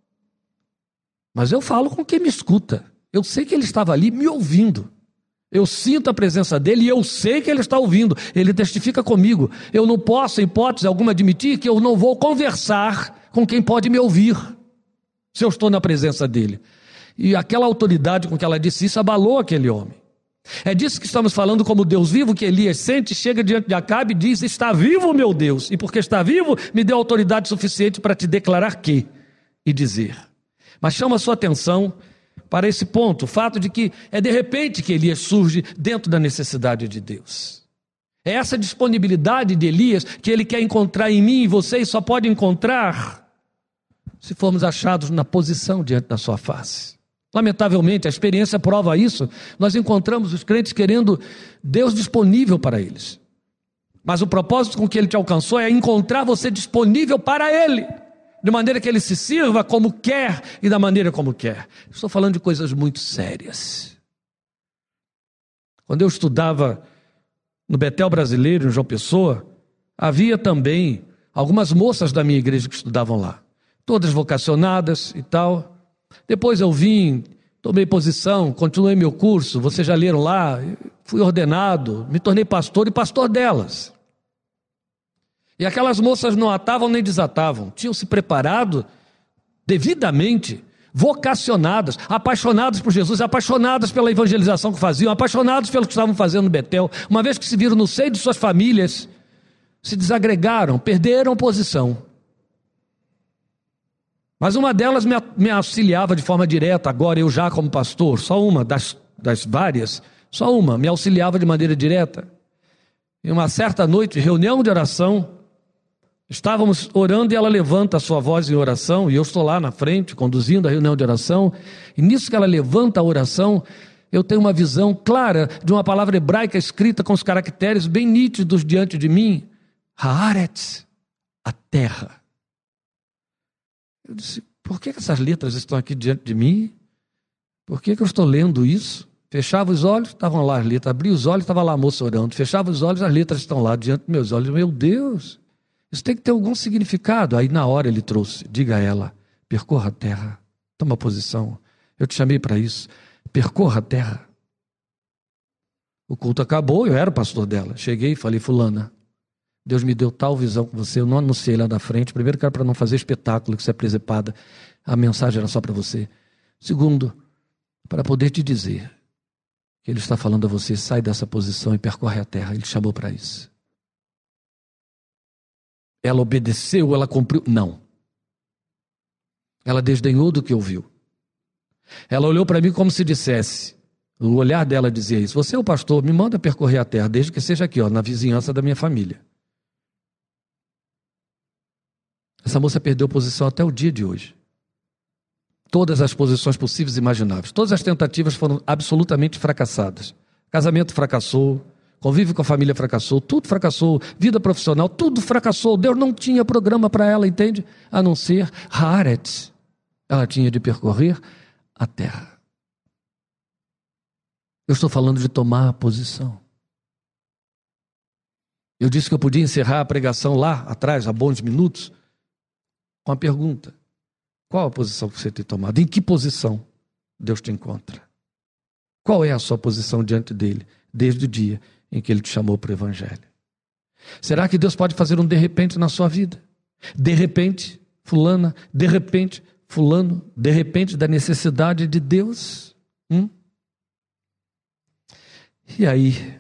Mas eu falo com quem me escuta. Eu sei que ele estava ali me ouvindo. Eu sinto a presença dele e eu sei que ele está ouvindo. Ele testifica comigo. Eu não posso, em hipótese alguma, admitir que eu não vou conversar com quem pode me ouvir, se eu estou na presença dele. E aquela autoridade com que ela disse isso abalou aquele homem. É disso que estamos falando como Deus vivo, que Elias sente, chega diante de Acabe e diz: está vivo, meu Deus, e porque está vivo, me deu autoridade suficiente para te declarar que, e dizer. Mas chama a sua atenção para esse ponto, o fato de que é de repente que Elias surge dentro da necessidade de Deus. É essa disponibilidade de Elias que ele quer encontrar em mim e vocês só pode encontrar se formos achados na posição diante da sua face. Lamentavelmente, a experiência prova isso. Nós encontramos os crentes querendo Deus disponível para eles. Mas o propósito com que ele te alcançou é encontrar você disponível para ele, de maneira que ele se sirva como quer e da maneira como quer. Estou falando de coisas muito sérias. Quando eu estudava no Betel Brasileiro, em João Pessoa, havia também algumas moças da minha igreja que estudavam lá, todas vocacionadas e tal. Depois eu vim, tomei posição, continuei meu curso, vocês já leram lá, fui ordenado, me tornei pastor e pastor delas. E aquelas moças não atavam nem desatavam, tinham se preparado devidamente, vocacionadas, apaixonadas por Jesus, apaixonadas pela evangelização que faziam, apaixonadas pelo que estavam fazendo no Betel. Uma vez que se viram no seio de suas famílias, se desagregaram, perderam posição. Mas uma delas me, me auxiliava de forma direta, agora eu já como pastor, só uma das, das várias, só uma me auxiliava de maneira direta. Em uma certa noite, reunião de oração, estávamos orando e ela levanta a sua voz em oração, e eu estou lá na frente, conduzindo a reunião de oração, e nisso que ela levanta a oração, eu tenho uma visão clara de uma palavra hebraica escrita com os caracteres bem nítidos diante de mim, Haaretz, a terra. Eu disse: por que essas letras estão aqui diante de mim? Por que eu estou lendo isso? Fechava os olhos, estavam lá as letras. Abria os olhos, estava lá a moça orando. Fechava os olhos, as letras estão lá diante dos meus olhos. Meu Deus, isso tem que ter algum significado. Aí na hora ele trouxe: diga a ela, percorra a terra. Toma posição. Eu te chamei para isso. Percorra a terra. O culto acabou, eu era o pastor dela. Cheguei e falei: fulana, Deus me deu tal visão com você, eu não anunciei lá na frente. Primeiro, que era para não fazer espetáculo, que você é presepada. A mensagem era só para você. Segundo, para poder te dizer que Ele está falando a você: sai dessa posição e percorre a terra. Ele chamou para isso. Ela obedeceu, ela cumpriu? Não. Ela desdenhou do que ouviu. Ela olhou para mim como se dissesse, o olhar dela dizia isso: você é o pastor, me manda percorrer a terra, desde que seja aqui, ó, na vizinhança da minha família. Essa moça perdeu posição até o dia de hoje. Todas as posições possíveis e imagináveis. Todas as tentativas foram absolutamente fracassadas. Casamento fracassou, convívio com a família fracassou, tudo fracassou, vida profissional, tudo fracassou. Deus não tinha programa para ela, entende? A não ser Haaretz. Ela tinha de percorrer a terra. Eu estou falando de tomar a posição. Eu disse que eu podia encerrar a pregação lá atrás, há bons minutos, com a pergunta: qual a posição que você tem tomado? Em que posição Deus te encontra? Qual é a sua posição diante dele, desde o dia em que ele te chamou para o Evangelho? Será que Deus pode fazer um de repente na sua vida? De repente, fulana, de repente, fulano, de repente da necessidade de Deus? Hum? E aí?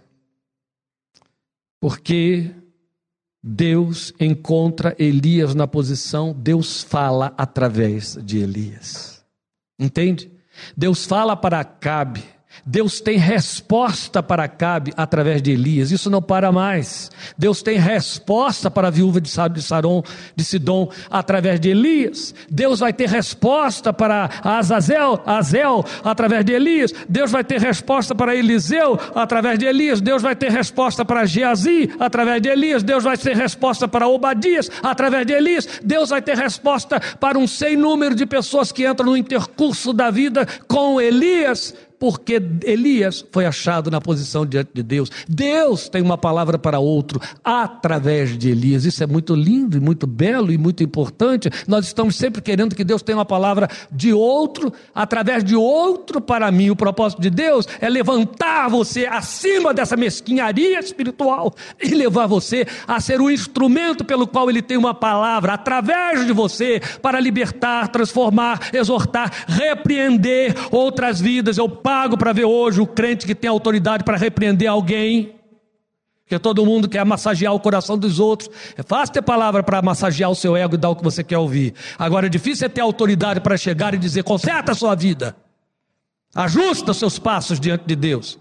Porque Deus encontra Elias na posição, Deus fala através de Elias. Entende? Deus fala para Acabe. Deus tem resposta para Acabe através de Elias. Isso não para mais. Deus tem resposta para a viúva de Saron, de Sidom, através de Elias. Deus vai ter resposta para Azazel, Azel, através de Elias. Deus vai ter resposta para Eliseu, através de Elias. Deus vai ter resposta para Geazi, através de Elias. Deus vai ter resposta para Obadias, através de Elias. Deus vai ter resposta para um sem número de pessoas que entram no intercurso da vida com Elias, porque Elias foi achado na posição diante de Deus. Deus tem uma palavra para outro através de Elias. Isso é muito lindo e muito belo e muito importante. Nós estamos sempre querendo que Deus tenha uma palavra de outro, através de outro para mim. O propósito de Deus é levantar você acima dessa mesquinharia espiritual e levar você a ser o instrumento pelo qual Ele tem uma palavra através de você para libertar, transformar, exortar, repreender outras vidas. Eu pago para ver hoje o crente que tem autoridade para repreender alguém, porque todo mundo quer massagear o coração dos outros. É fácil ter palavra para massagear o seu ego e dar o que você quer ouvir. Agora é difícil é ter autoridade para chegar e dizer: conserta a sua vida, ajusta os seus passos diante de Deus.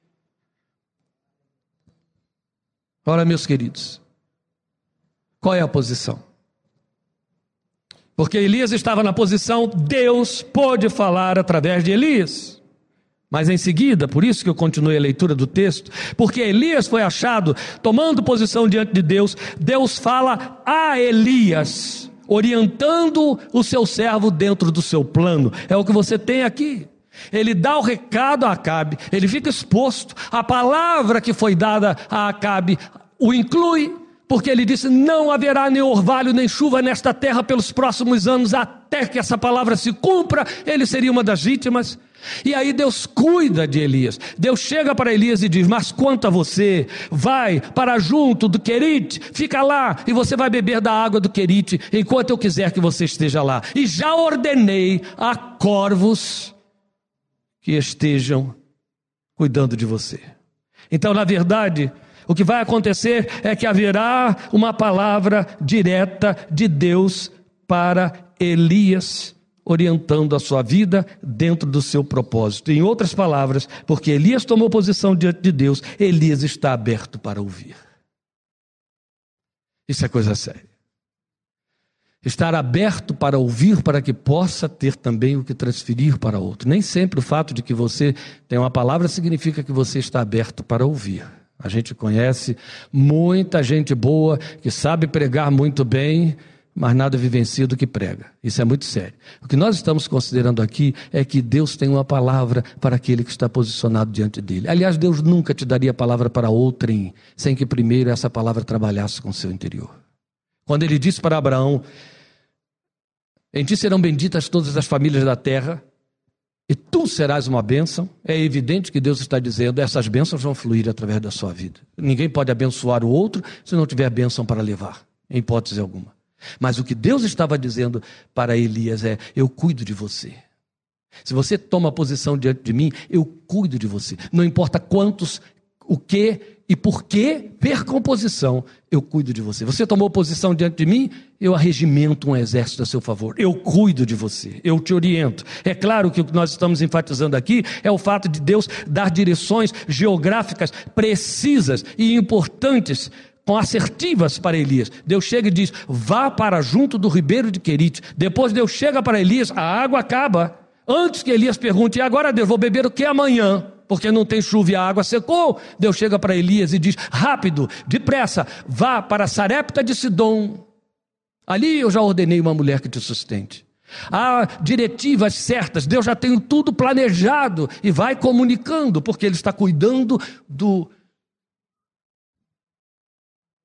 Ora, meus queridos, qual é a posição? Porque Elias estava na posição, Deus pôde falar através de Elias. Mas em seguida, por isso que eu continuei a leitura do texto, porque Elias foi achado tomando posição diante de Deus, Deus fala a Elias, orientando o seu servo dentro do seu plano. É o que você tem aqui. Ele dá o recado a Acabe, ele fica exposto, a palavra que foi dada a Acabe o inclui, porque ele disse: não haverá nem orvalho nem chuva nesta terra pelos próximos anos, até que essa palavra se cumpra. Ele seria uma das vítimas. E aí Deus cuida de Elias. Deus chega para Elias e diz: mas quanto a você, vai para junto do Querite, fica lá e você vai beber da água do Querite enquanto eu quiser que você esteja lá. E já ordenei a corvos que estejam cuidando de você. Então, na verdade, o que vai acontecer é que haverá uma palavra direta de Deus para Elias, orientando a sua vida dentro do seu propósito. Em outras palavras, porque Elias tomou posição diante de Deus, Elias está aberto para ouvir. Isso é coisa séria. Estar aberto para ouvir, para que possa ter também o que transferir para outro. Nem sempre o fato de que você tem uma palavra significa que você está aberto para ouvir. A gente conhece muita gente boa que sabe pregar muito bem, mas nada vivencia do que prega. Isso é muito sério. O que nós estamos considerando aqui é que Deus tem uma palavra para aquele que está posicionado diante dele. Aliás, Deus nunca te daria palavra para outrem sem que primeiro essa palavra trabalhasse com o seu interior. Quando ele disse para Abraão: em ti serão benditas todas as famílias da terra, e tu serás uma bênção, é evidente que Deus está dizendo: essas bênçãos vão fluir através da sua vida. Ninguém pode abençoar o outro se não tiver bênção para levar, em hipótese alguma. Mas o que Deus estava dizendo para Elias é: eu cuido de você. Se você toma posição diante de mim, eu cuido de você. Não importa quantos, o que e por que percam posição, eu cuido de você. Você tomou posição diante de mim, eu arregimento um exército a seu favor. Eu cuido de você, eu te oriento. É claro que o que nós estamos enfatizando aqui é o fato de Deus dar direções geográficas precisas e importantes, com assertivas para Elias. Deus chega e diz: vá para junto do ribeiro de Querite. Depois Deus chega para Elias, a água acaba. Antes que Elias pergunte: e agora, Deus, vou beber o que amanhã? Porque não tem chuva e a água secou. Deus chega para Elias e diz: rápido, depressa, vá para Sarepta de Sidom. Ali eu já ordenei uma mulher que te sustente. Há diretivas certas, Deus já tem tudo planejado e vai comunicando, porque Ele está cuidando do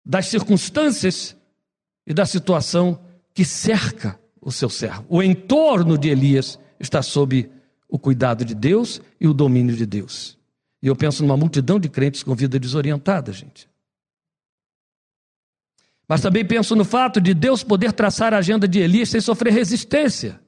das circunstâncias e da situação que cerca o seu servo. O entorno de Elias está sob o cuidado de Deus e o domínio de Deus. E eu penso numa multidão de crentes com vida desorientada, gente. Mas também penso no fato de Deus poder traçar a agenda de Elias sem sofrer resistência.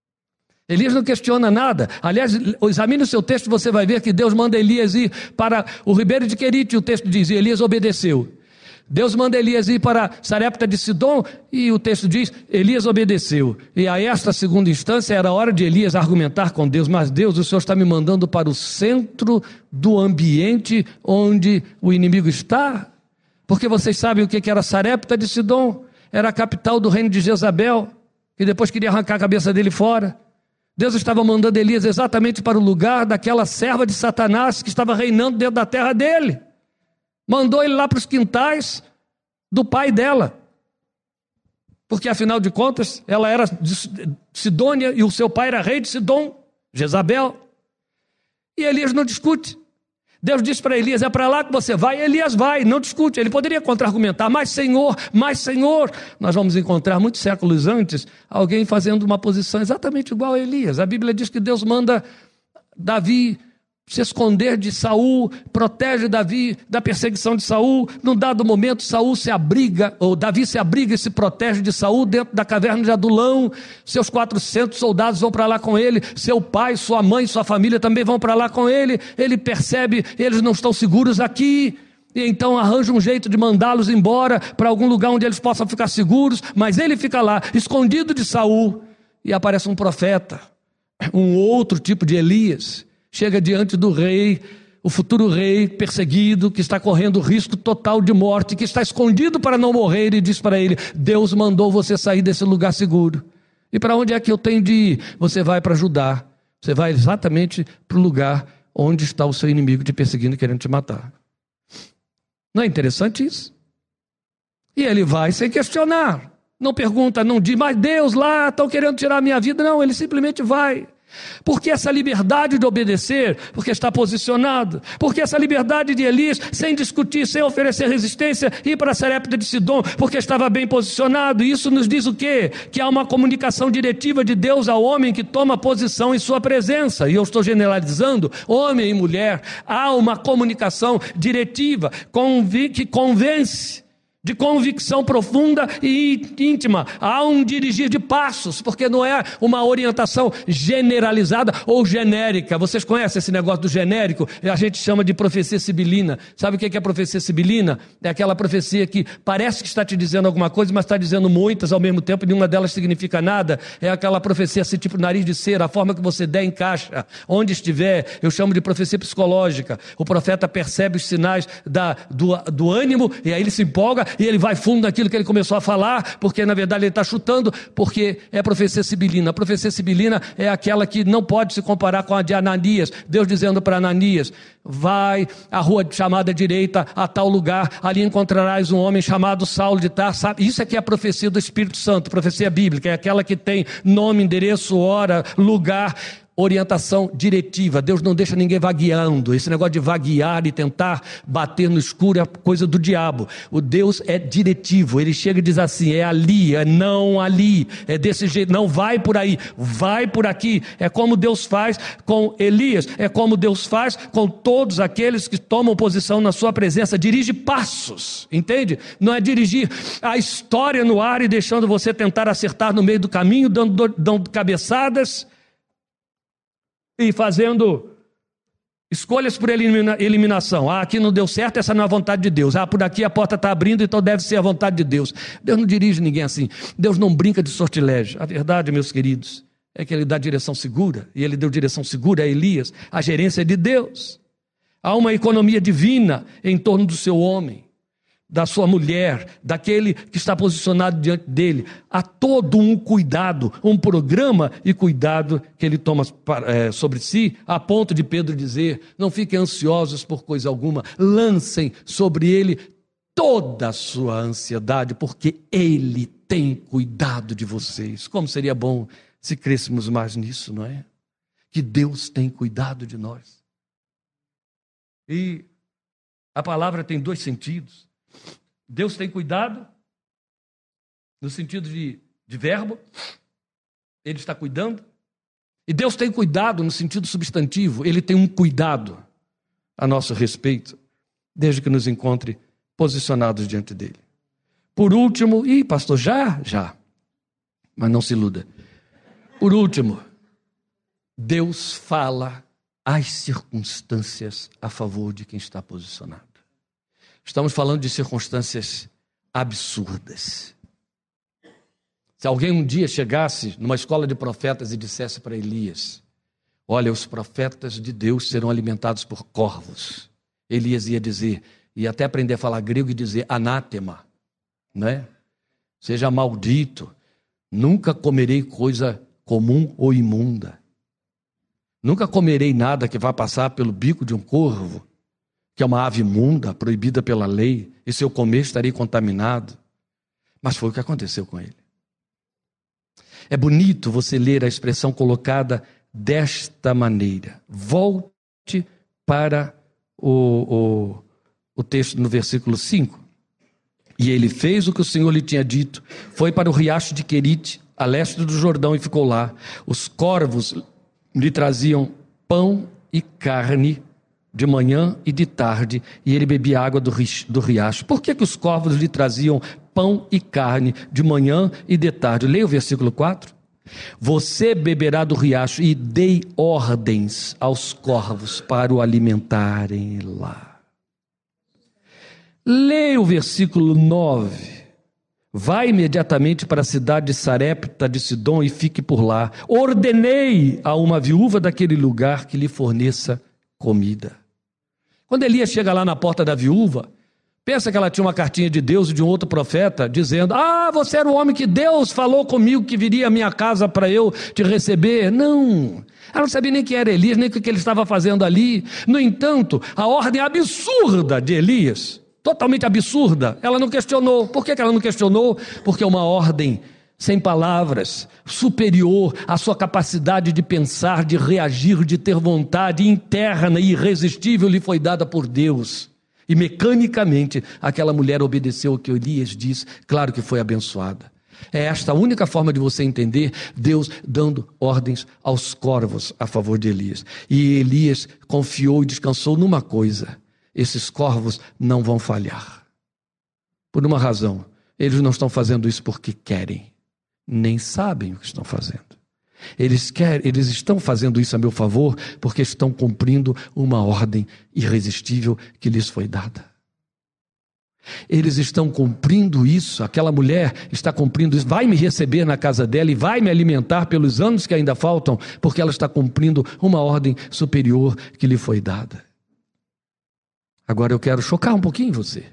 Elias não questiona nada. Aliás, examine o seu texto, você vai ver que Deus manda Elias ir para o ribeiro de Querite, e o texto diz, e Elias obedeceu. Deus manda Elias ir para Sarepta de Sidom, e o texto diz, Elias obedeceu. E a esta segunda instância era a hora de Elias argumentar com Deus, mas Deus, o Senhor está me mandando para o centro do ambiente onde o inimigo está? Porque vocês sabem o que era Sarepta de Sidom? Era a capital do reino de Jezabel, que depois queria arrancar a cabeça dele fora. Deus estava mandando Elias exatamente para o lugar daquela serva de Satanás que estava reinando dentro da terra dele. Mandou ele lá para os quintais do pai dela. Porque, afinal de contas, ela era de Sidônia e o seu pai era rei de Sidom, Jezabel. E Elias não discute. Deus diz para Elias, é para lá que você vai. Elias vai, não discute. Ele poderia contra-argumentar, mas Senhor, mas Senhor. Nós vamos encontrar muitos séculos antes alguém fazendo uma posição exatamente igual a Elias. A Bíblia diz que Deus manda Davi se esconder de Saul, protege Davi da perseguição de Saul. Num dado momento, Saul se abriga, ou Davi se abriga e se protege de Saul dentro da caverna de Adulão. Seus quatrocentos soldados vão para lá com ele. Seu pai, sua mãe, sua família também vão para lá com ele. Ele percebe, eles não estão seguros aqui. E então arranja um jeito de mandá-los embora para algum lugar onde eles possam ficar seguros. Mas ele fica lá, escondido de Saul. E aparece um profeta, um outro tipo de Elias. Chega diante do rei, o futuro rei perseguido, que está correndo risco total de morte, que está escondido para não morrer, e diz para ele, Deus mandou você sair desse lugar seguro. E para onde é que eu tenho de ir? Você vai para Judá, você vai exatamente para o lugar onde está o seu inimigo te perseguindo e querendo te matar. Não é interessante isso? E ele vai sem questionar, não pergunta, não diz, mas Deus lá, estão querendo tirar a minha vida. Não, ele simplesmente vai. Porque essa liberdade de obedecer, porque está posicionado, porque essa liberdade de Elias, sem discutir, sem oferecer resistência, ir para Sarepta de Sidom, porque estava bem posicionado. E isso nos diz o quê? Que há uma comunicação diretiva de Deus ao homem que toma posição em sua presença. E eu estou generalizando, homem e mulher, há uma comunicação diretiva, que convence, de convicção profunda e íntima. Há um dirigir de passos, porque não é uma orientação generalizada ou genérica. Vocês conhecem esse negócio do genérico? A gente chama de profecia sibilina. Sabe o que é profecia sibilina? É aquela profecia que parece que está te dizendo alguma coisa, mas está dizendo muitas ao mesmo tempo e nenhuma delas significa nada. É aquela profecia assim, tipo nariz de cera, a forma que você der encaixa. Onde estiver, eu chamo de profecia psicológica. O profeta percebe os sinais da, do, do ânimo e aí ele se empolga e ele vai fundo naquilo que ele começou a falar, porque na verdade ele está chutando, porque é profecia sibilina. A profecia sibilina é aquela que não pode se comparar com a de Ananias. Deus dizendo para Ananias, vai à rua chamada direita, a tal lugar, ali encontrarás um homem chamado Saulo de Tarso. Isso é que é a profecia do Espírito Santo, profecia bíblica, é aquela que tem nome, endereço, hora, lugar, orientação diretiva. Deus não deixa ninguém vagueando. Esse negócio de vaguear e tentar bater no escuro é coisa do diabo. O Deus é diretivo. Ele chega e diz assim, é ali, é não ali, é desse jeito, não vai por aí, vai por aqui. É como Deus faz com Elias, é como Deus faz com todos aqueles que tomam posição na sua presença. Dirige passos, entende? Não é dirigir a história no ar e deixando você tentar acertar no meio do caminho, dando, dando cabeçadas e fazendo escolhas por elimina, eliminação. Ah, aqui não deu certo, essa não é a vontade de Deus. Ah, por aqui a porta está abrindo, então deve ser a vontade de Deus. Deus não dirige ninguém assim. Deus não brinca de sortilégio. A verdade, meus queridos, é que Ele dá direção segura, e Ele deu direção segura a Elias. A gerência é de Deus. Há uma economia divina em torno do seu homem, da sua mulher, daquele que está posicionado diante dele. Há todo um cuidado, um programa e cuidado que ele toma é, sobre si, a ponto de Pedro dizer, não fiquem ansiosos por coisa alguma, lancem sobre ele toda a sua ansiedade, porque ele tem cuidado de vocês. Como seria bom se crêssemos mais nisso, não é? Que Deus tem cuidado de nós. E a palavra tem dois sentidos. Deus tem cuidado, no sentido de, de verbo, Ele está cuidando. E Deus tem cuidado no sentido substantivo, Ele tem um cuidado a nosso respeito, desde que nos encontre posicionados diante dEle. Por último, ih, pastor, já? Já. Mas não se iluda. Por último, Deus fala às circunstâncias a favor de quem está posicionado. Estamos falando de circunstâncias absurdas. Se alguém um dia chegasse numa escola de profetas e dissesse para Elias: olha, os profetas de Deus serão alimentados por corvos, Elias ia dizer, ia até aprender a falar grego e dizer anátema, né? Seja maldito, nunca comerei coisa comum ou imunda, nunca comerei nada que vá passar pelo bico de um corvo, que é uma ave imunda, proibida pela lei, e se eu comer estarei contaminado. Mas foi o que aconteceu com ele. É bonito você ler a expressão colocada desta maneira. Volte para o, o, o texto no versículo cinco. E ele fez o que o Senhor lhe tinha dito, foi para o riacho de Querite, a leste do Jordão, e ficou lá. Os corvos lhe traziam pão e carne de manhã e de tarde, e ele bebia água do, ri, do riacho. Por que que os corvos lhe traziam pão e carne de manhã e de tarde? Leia o versículo quatro. Você beberá do riacho e dei ordens aos corvos para o alimentarem lá. Leia o versículo nove. Vai imediatamente para a cidade de Sarepta de Sidom e fique por lá. Ordenei a uma viúva daquele lugar que lhe forneça comida. Quando Elias chega lá na porta da viúva, pensa que ela tinha uma cartinha de Deus e de um outro profeta, dizendo: ah, você era o homem que Deus falou comigo que viria à minha casa para eu te receber. Não, ela não sabia nem quem era Elias, nem o que ele estava fazendo ali. No entanto, a ordem absurda de Elias, totalmente absurda, ela não questionou. Por que ela não questionou? Porque é uma ordem sem palavras, superior à sua capacidade de pensar, de reagir, de ter vontade interna e irresistível, lhe foi dada por Deus. E mecanicamente aquela mulher obedeceu o que Elias disse, claro que foi abençoada. É esta a única forma de você entender Deus dando ordens aos corvos a favor de Elias. E Elias confiou e descansou numa coisa: esses corvos não vão falhar. Por uma razão, eles não estão fazendo isso porque querem, nem sabem o que estão fazendo. Eles querem, eles estão fazendo isso a meu favor porque estão cumprindo uma ordem irresistível que lhes foi dada. Eles estão cumprindo isso, aquela mulher está cumprindo isso, vai me receber na casa dela e vai me alimentar pelos anos que ainda faltam, porque ela está cumprindo uma ordem superior que lhe foi dada. Agora eu quero chocar um pouquinho você.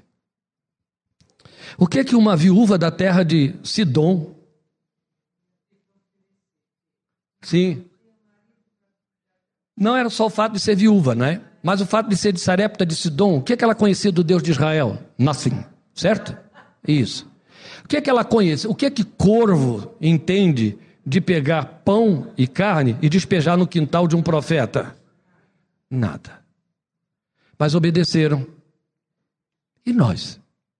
O que é que uma viúva da terra de Sidom, sim, não era só o fato de ser viúva, não é? Mas o fato de ser de Sarepta de Sidom, o que é que ela conhecia do Deus de Israel? Nothing, certo? Isso. O que é que ela conhece? O que é que corvo entende de pegar pão e carne e despejar no quintal de um profeta? Nada. Mas obedeceram. E nós?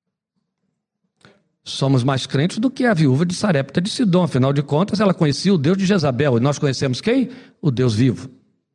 Somos mais crentes do que a viúva de Sarepta de Sidom. Afinal de contas, ela conhecia o Deus de Jezabel. E nós conhecemos quem? O Deus vivo.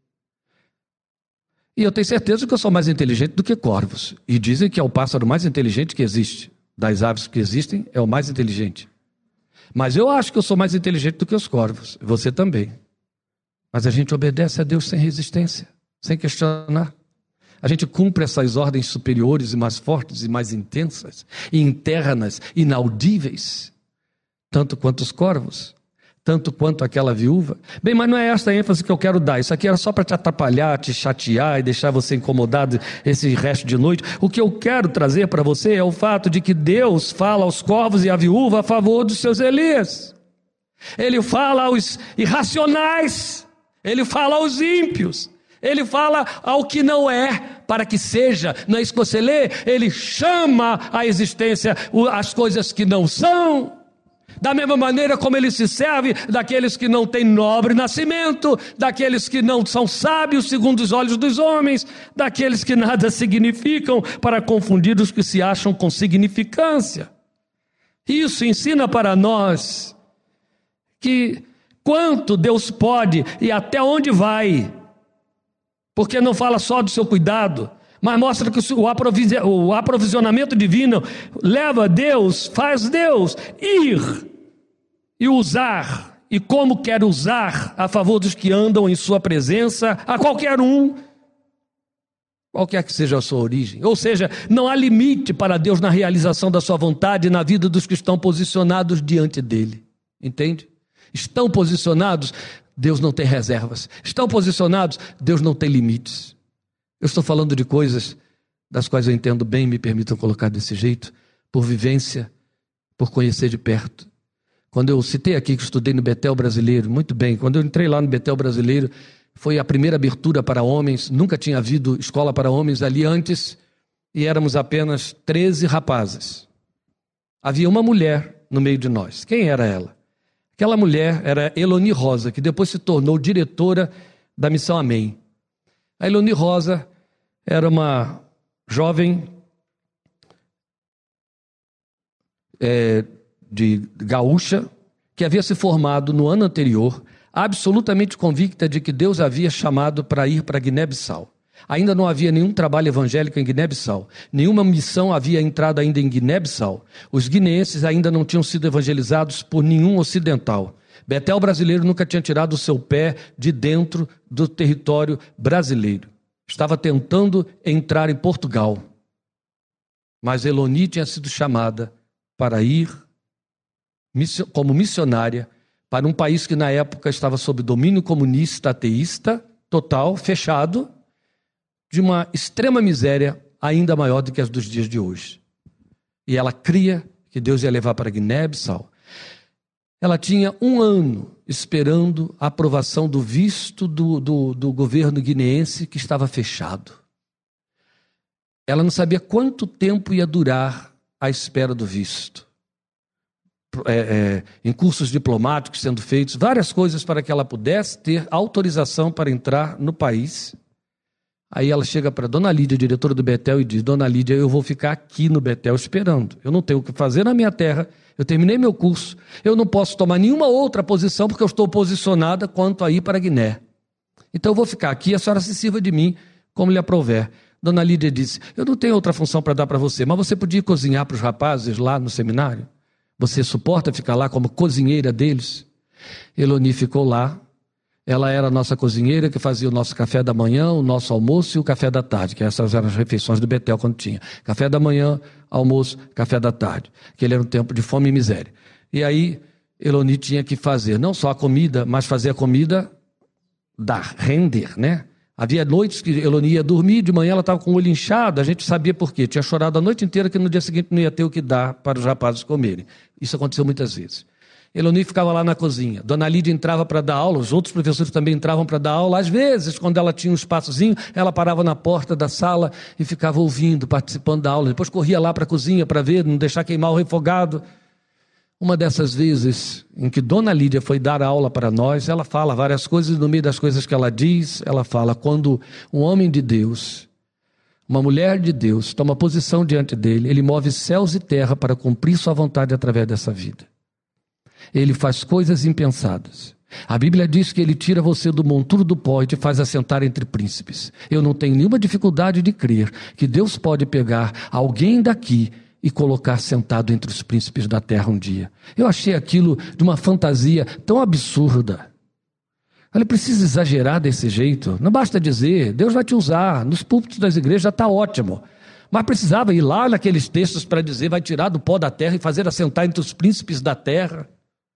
E eu tenho certeza que eu sou mais inteligente do que corvos. E dizem que é o pássaro mais inteligente que existe. Das aves que existem, é o mais inteligente. Mas eu acho que eu sou mais inteligente do que os corvos. Você também. Mas a gente obedece a Deus sem resistência, sem questionar. A gente cumpre essas ordens superiores e mais fortes e mais intensas, e internas, inaudíveis, tanto quanto os corvos, tanto quanto aquela viúva. Bem, mas não é esta a ênfase que eu quero dar. Isso aqui era só para te atrapalhar, te chatear e deixar você incomodado esse resto de noite. O que eu quero trazer para você é o fato de que Deus fala aos corvos e à viúva a favor dos seus Elias. Ele fala aos irracionais, ele fala aos ímpios, ele fala ao que não é, para que seja. Não é isso que você lê? Ele chama à existência as coisas que não são. Da mesma maneira como ele se serve daqueles que não têm nobre nascimento, daqueles que não são sábios segundo os olhos dos homens, daqueles que nada significam, para confundir os que se acham com significância. Isso ensina para nós que quanto Deus pode e até onde vai, porque não fala só do seu cuidado, mas mostra que o aprovisionamento divino leva Deus, faz Deus ir e usar, e como quer usar a favor dos que andam em sua presença, a qualquer um, qualquer que seja a sua origem. Ou seja, não há limite para Deus na realização da sua vontade na vida dos que estão posicionados diante dele. Entende? Estão posicionados, Deus não tem reservas. Estão posicionados, Deus não tem limites. Eu estou falando de coisas das quais eu entendo bem, me permitam colocar desse jeito, por vivência, por conhecer de perto. Quando eu citei aqui que estudei no Betel Brasileiro, muito bem, quando eu entrei lá no Betel Brasileiro, foi a primeira abertura para homens, nunca tinha havido escola para homens ali antes, e éramos apenas treze rapazes. Havia uma mulher no meio de nós. Quem era ela? Aquela mulher era Eloni Rosa, que depois se tornou diretora da Missão Amém. A Eloni Rosa era uma jovem é, de gaúcha, que havia se formado no ano anterior, absolutamente convicta de que Deus havia chamado para ir para Guiné-Bissau. Ainda não havia nenhum trabalho evangélico em Guiné-Bissau, nenhuma missão havia entrado ainda em Guiné-Bissau. Os guineenses ainda não tinham sido evangelizados por nenhum ocidental. Betel Brasileiro nunca tinha tirado o seu pé de dentro do território brasileiro. Estava tentando entrar em Portugal. Mas Eloni tinha sido chamada para ir como missionária para um país que na época estava sob domínio comunista, ateísta, total, fechado, de uma extrema miséria ainda maior do que as dos dias de hoje. E ela cria que Deus ia levar para Guiné-Bissau. Ela tinha um ano esperando a aprovação do visto do, do, do governo guineense, que estava fechado. Ela não sabia quanto tempo ia durar a espera do visto. É, é, em cursos diplomáticos sendo feitos, várias coisas para que ela pudesse ter autorização para entrar no país. Aí ela chega para Dona Lídia, diretora do Betel, e diz: Dona Lídia, eu vou ficar aqui no Betel esperando. Eu não tenho o que fazer na minha terra, eu terminei meu curso, eu não posso tomar nenhuma outra posição porque eu estou posicionada quanto a ir para Guiné. Então eu vou ficar aqui, a senhora se sirva de mim como lhe aprouver. Dona Lídia disse: eu não tenho outra função para dar para você, mas você podia cozinhar para os rapazes lá no seminário? Você suporta ficar lá como cozinheira deles? Eloni ficou lá. Ela era a nossa cozinheira que fazia o nosso café da manhã, o nosso almoço e o café da tarde, que essas eram as refeições do Betel quando tinha. Café da manhã, almoço, café da tarde. Aquele era um tempo de fome e miséria. E aí, Eloni tinha que fazer não só a comida, mas fazer a comida dar, render, né? Havia noites que Eloni ia dormir, de manhã ela estava com o olho inchado, a gente sabia por quê. Tinha chorado a noite inteira que no dia seguinte não ia ter o que dar para os rapazes comerem. Isso aconteceu muitas vezes. Eloni ficava lá na cozinha. Dona Lídia entrava para dar aula, os outros professores também entravam para dar aula. Às vezes, quando ela tinha um espaçozinho, ela parava na porta da sala e ficava ouvindo, participando da aula. Depois corria lá para a cozinha para ver, não deixar queimar o refogado. Uma dessas vezes em que Dona Lídia foi dar aula para nós, ela fala várias coisas, e no meio das coisas que ela diz, ela fala: quando um homem de Deus, uma mulher de Deus, toma posição diante dele, ele move céus e terra para cumprir sua vontade através dessa vida. Ele faz coisas impensadas. A Bíblia diz que ele tira você do monturo do pó e te faz assentar entre príncipes. Eu não tenho nenhuma dificuldade de crer que Deus pode pegar alguém daqui e colocar sentado entre os príncipes da terra um dia. Eu achei aquilo de uma fantasia tão absurda. Ele precisa exagerar desse jeito. Não basta dizer: Deus vai te usar, nos púlpitos das igrejas já está ótimo. Mas precisava ir lá naqueles textos para dizer: vai tirar do pó da terra e fazer assentar entre os príncipes da terra.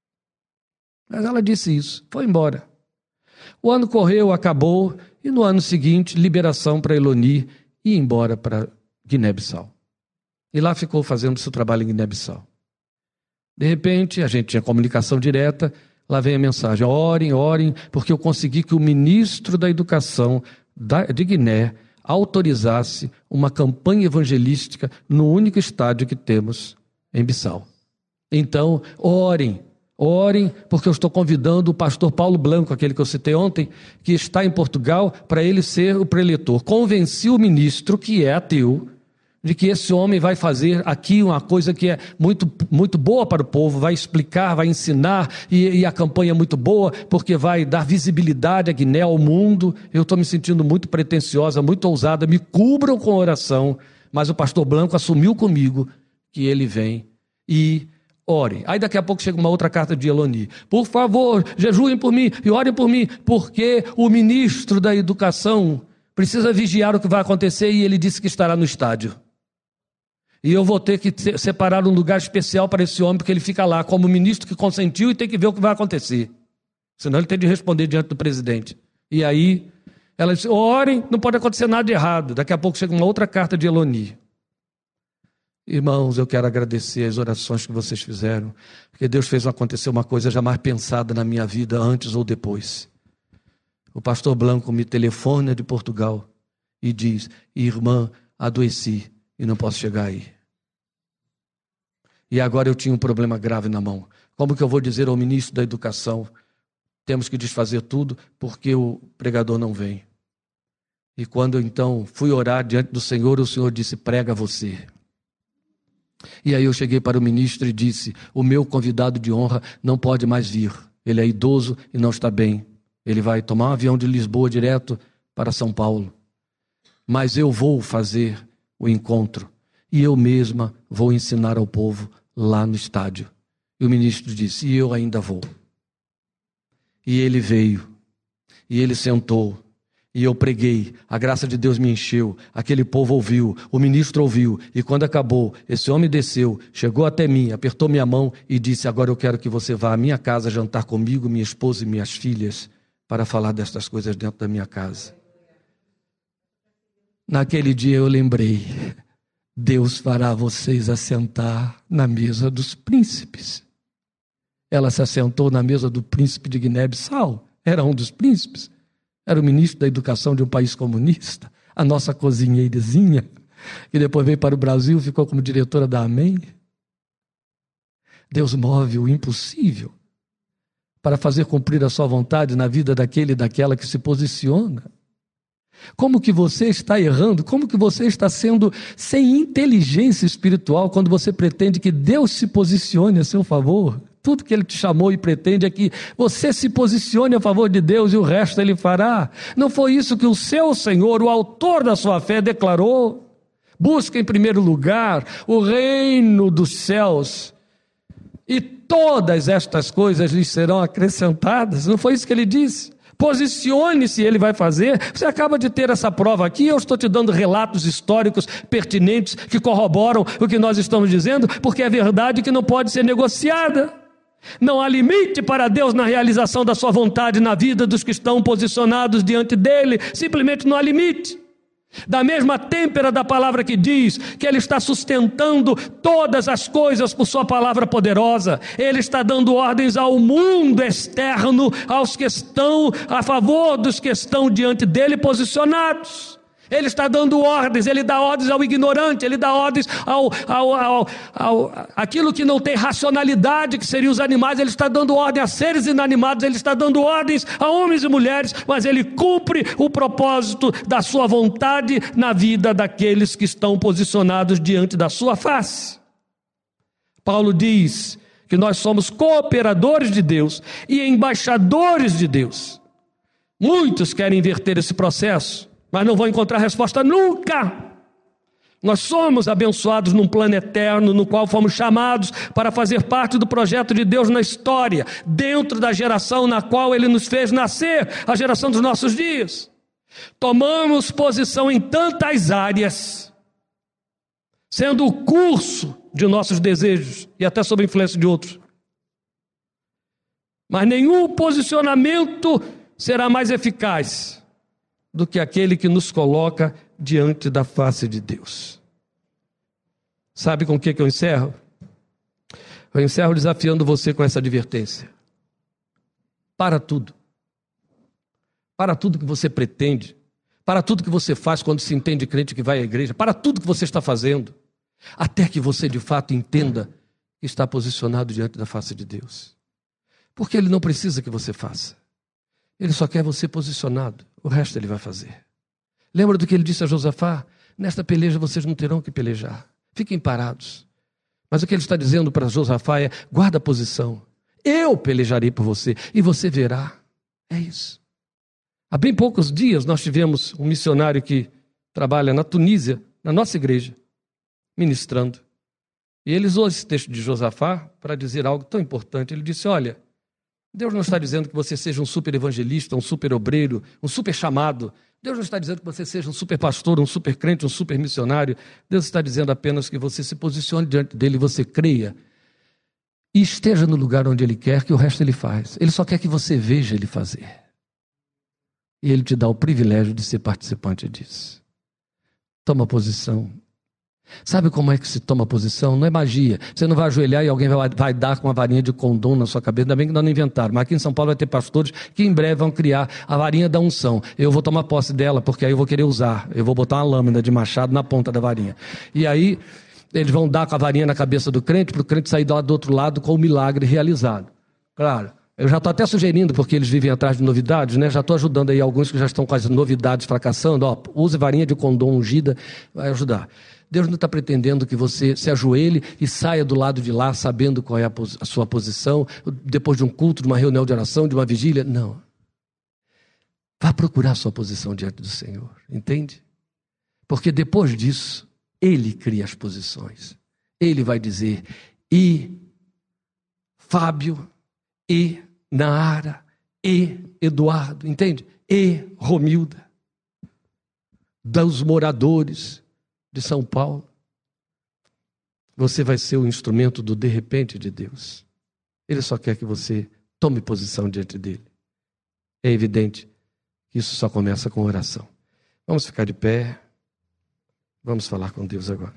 Mas ela disse isso, foi embora. O ano correu, acabou, e no ano seguinte, liberação para Eloni ir embora para Guiné-Bissau. E lá ficou fazendo seu trabalho em Guiné-Bissau. De repente, a gente tinha comunicação direta, lá vem a mensagem: orem, orem, porque eu consegui que o ministro da Educação de Guiné autorizasse uma campanha evangelística no único estádio que temos em Bissau. Então, orem, orem, porque eu estou convidando o pastor Paulo Blanco, aquele que eu citei ontem, que está em Portugal, para ele ser o preletor. Convenci o ministro, que é ateu, de que esse homem vai fazer aqui uma coisa que é muito, muito boa para o povo, vai explicar, vai ensinar, e, e a campanha é muito boa, porque vai dar visibilidade a Guiné ao mundo. Eu estou me sentindo muito pretensiosa, muito ousada, me cubram com oração, mas o pastor Blanco assumiu comigo que ele vem e orem. Aí daqui a pouco chega uma outra carta de Eloni. Por favor, jejuem por mim e orem por mim, porque o ministro da Educação precisa vigiar o que vai acontecer e ele disse que estará no estádio. E eu vou ter que separar um lugar especial para esse homem, porque ele fica lá como ministro que consentiu e tem que ver o que vai acontecer. Senão ele tem de responder diante do presidente. E aí ela disse, orem, não pode acontecer nada de errado. Daqui a pouco chega uma outra carta de Eloni. Irmãos, eu quero agradecer as orações que vocês fizeram, porque Deus fez acontecer uma coisa jamais pensada na minha vida, antes ou depois. O pastor Blanco me telefona de Portugal e diz, irmã, adoeci e não posso chegar aí. E agora eu tinha um problema grave na mão. Como que eu vou dizer ao ministro da Educação, temos que desfazer tudo porque o pregador não vem? E quando eu então fui orar diante do Senhor, o Senhor disse, prega você. E aí eu cheguei para o ministro e disse, o meu convidado de honra não pode mais vir. Ele é idoso e não está bem. Ele vai tomar um avião de Lisboa direto para São Paulo. Mas eu vou fazer o encontro e eu mesma vou ensinar ao povo lá no estádio. E o ministro disse, e eu ainda vou. E ele veio, e ele sentou, e eu preguei, a graça de Deus me encheu, aquele povo ouviu, o ministro ouviu, e quando acabou, esse homem desceu, chegou até mim, apertou minha mão e disse, agora eu quero que você vá à minha casa jantar comigo, minha esposa e minhas filhas, para falar destas coisas dentro da minha casa. Naquele dia eu lembrei, Deus fará vocês assentar na mesa dos príncipes. Ela se assentou na mesa do príncipe de Guiné-Bissau, era um dos príncipes, era o ministro da Educação de um país comunista, a nossa cozinheirazinha, que depois veio para o Brasil, ficou como diretora da Amém. Deus move o impossível para fazer cumprir a sua vontade na vida daquele e daquela que se posiciona. Como que você está errando? Como que você está sendo sem inteligência espiritual quando você pretende que Deus se posicione a seu favor? Tudo que Ele te chamou e pretende é que você se posicione a favor de Deus e o resto Ele fará. Não foi isso que o seu Senhor, o autor da sua fé, declarou? Busca em primeiro lugar o reino dos céus e todas estas coisas lhes serão acrescentadas. Não foi isso que Ele disse? Posicione-se, Ele vai fazer. Você acaba de ter essa prova aqui, eu estou te dando relatos históricos pertinentes que corroboram o que nós estamos dizendo, porque é verdade que não pode ser negociada. Não há limite para Deus na realização da sua vontade na vida dos que estão posicionados diante dEle, simplesmente não há limite. Da mesma têmpera da palavra que diz que Ele está sustentando todas as coisas por sua palavra poderosa, Ele está dando ordens ao mundo externo, aos que estão a favor dos que estão diante dEle posicionados. Ele está dando ordens, Ele dá ordens ao ignorante, Ele dá ordens ao, ao, ao, ao aquilo que não tem racionalidade, que seriam os animais. Ele está dando ordem a seres inanimados, Ele está dando ordens a homens e mulheres, mas Ele cumpre o propósito da sua vontade na vida daqueles que estão posicionados diante da sua face. Paulo diz que nós somos cooperadores de Deus e embaixadores de Deus. Muitos querem inverter esse processo, mas não vão encontrar resposta nunca. Nós somos abençoados num plano eterno, no qual fomos chamados para fazer parte do projeto de Deus na história, dentro da geração na qual Ele nos fez nascer, a geração dos nossos dias. Tomamos posição em tantas áreas, sendo o curso de nossos desejos e até sob a influência de outros. Mas nenhum posicionamento será mais eficaz do que aquele que nos coloca diante da face de Deus. Sabe com o que eu encerro? Eu encerro desafiando você com essa advertência. Para tudo. Para tudo que você pretende. Para tudo que você faz quando se entende crente que vai à igreja. Para tudo que você está fazendo. Até que você de fato entenda que está posicionado diante da face de Deus. Porque Ele não precisa que você faça. Ele só quer você posicionado. O resto Ele vai fazer. Lembra do que Ele disse a Josafá? Nesta peleja vocês não terão que pelejar. Fiquem parados. Mas o que Ele está dizendo para Josafá é: guarda a posição. Eu pelejarei por você e você verá. É isso. Há bem poucos dias nós tivemos um missionário que trabalha na Tunísia, na nossa igreja, ministrando. E ele usou esse texto de Josafá para dizer algo tão importante. Ele disse: olha, Deus não está dizendo que você seja um super evangelista, um super obreiro, um super chamado. Deus não está dizendo que você seja um super pastor, um super crente, um super missionário. Deus está dizendo apenas que você se posicione diante dele, você creia e esteja no lugar onde Ele quer, que o resto Ele faz. Ele só quer que você veja Ele fazer. E Ele te dá o privilégio de ser participante disso. Toma posição. Sabe como é que se toma posição? Não é magia. Você não vai ajoelhar e alguém vai, vai dar com uma varinha de condom na sua cabeça. Ainda bem que ainda não inventaram. Mas aqui em São Paulo vai ter pastores que em breve vão criar a varinha da unção. Eu vou tomar posse dela, porque aí eu vou querer usar. Eu vou botar uma lâmina de machado na ponta da varinha. E aí eles vão dar com a varinha na cabeça do crente, para o crente sair lá do outro lado com o milagre realizado. Claro. Eu já estou até sugerindo, porque eles vivem atrás de novidades, né? Já estou ajudando aí alguns que já estão com as novidades fracassando. Ó, use varinha de condom ungida, vai ajudar. Deus não está pretendendo que você se ajoelhe e saia do lado de lá sabendo qual é a, pos- a sua posição, depois de um culto, de uma reunião de oração, de uma vigília. Não. Vá procurar a sua posição diante do Senhor, entende? Porque depois disso, Ele cria as posições. Ele vai dizer: e Fábio, e Naara, e Eduardo, entende? E Romilda, dos moradores de São Paulo. Você vai ser o instrumento do de repente de Deus. Ele só quer que você tome posição diante dele. É evidente que isso só começa com oração. Vamos ficar de pé. Vamos falar com Deus agora.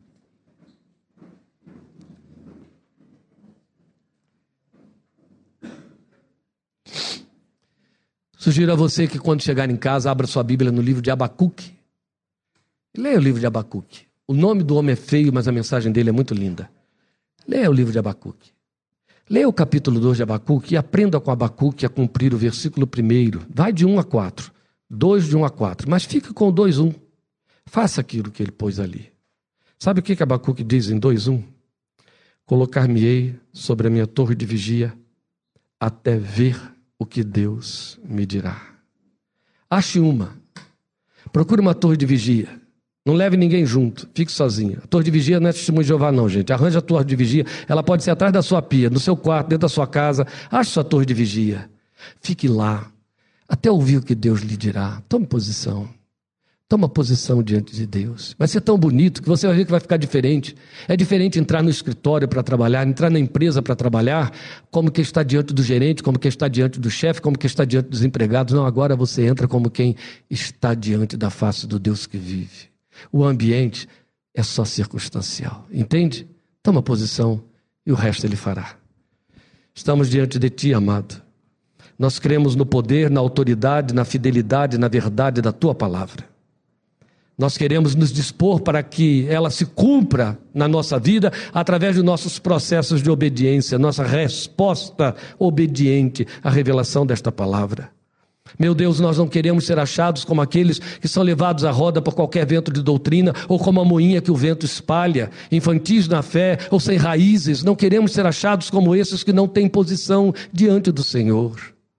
Sugiro a você que quando chegar em casa, abra sua Bíblia no livro de Abacuque. Leia o livro de Abacuque. O nome do homem é feio, mas a mensagem dele é muito linda. Leia o livro de Abacuque. Leia o capítulo dois de Abacuque e aprenda com Abacuque a cumprir o versículo primeiro. Vai de um a quatro. dois de um a quatro. Mas fique com o dois, um. Faça aquilo que ele pôs ali. Sabe o que Abacuque diz em dois, um? Colocar-me-ei sobre a minha torre de vigia até ver o que Deus me dirá. Ache uma. Procure uma torre de vigia. Não leve ninguém junto, fique sozinho. A torre de vigia não é testemunho de Jeová não, gente. Arranja a torre de vigia, ela pode ser atrás da sua pia, no seu quarto, dentro da sua casa. Ache sua torre de vigia. Fique lá, até ouvir o que Deus lhe dirá. Tome posição. Toma posição diante de Deus. Vai ser tão bonito que você vai ver que vai ficar diferente. É diferente entrar no escritório para trabalhar, entrar na empresa para trabalhar, como quem está diante do gerente, como quem está diante do chefe, como quem está diante dos empregados. Não, agora você entra como quem está diante da face do Deus que vive. O ambiente é só circunstancial, entende? Toma posição e o resto Ele fará. Estamos diante de Ti, amado. Nós cremos no poder, na autoridade, na fidelidade, na verdade da Tua palavra. Nós queremos nos dispor para que ela se cumpra na nossa vida através de nossos processos de obediência, nossa resposta obediente à revelação desta palavra. Meu Deus, nós não queremos ser achados como aqueles que são levados à roda por qualquer vento de doutrina ou como a moinha que o vento espalha, infantis na fé ou sem raízes. Não queremos ser achados como esses que não têm posição diante do Senhor.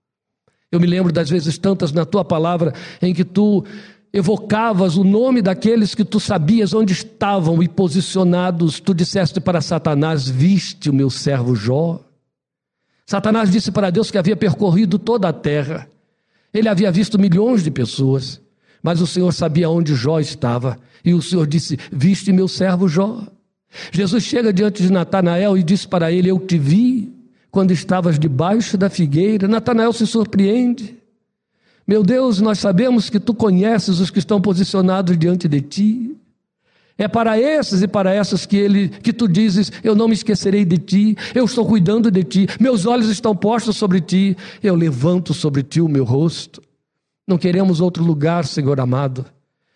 Eu me lembro das vezes tantas na Tua palavra em que Tu evocavas o nome daqueles que Tu sabias onde estavam e posicionados. Tu disseste para Satanás: viste o meu servo Jó? Satanás disse para Deus que havia percorrido toda a terra. Ele havia visto milhões de pessoas, mas o Senhor sabia onde Jó estava. E o Senhor disse: viste meu servo Jó? Jesus chega diante de Natanael e diz para ele: eu te vi quando estavas debaixo da figueira. Natanael se surpreende. Meu Deus, nós sabemos que Tu conheces os que estão posicionados diante de Ti. É para esses e para essas que, ele, que Tu dizes: eu não me esquecerei de Ti, eu estou cuidando de Ti, meus olhos estão postos sobre Ti, eu levanto sobre Ti o meu rosto. Não queremos outro lugar, Senhor amado.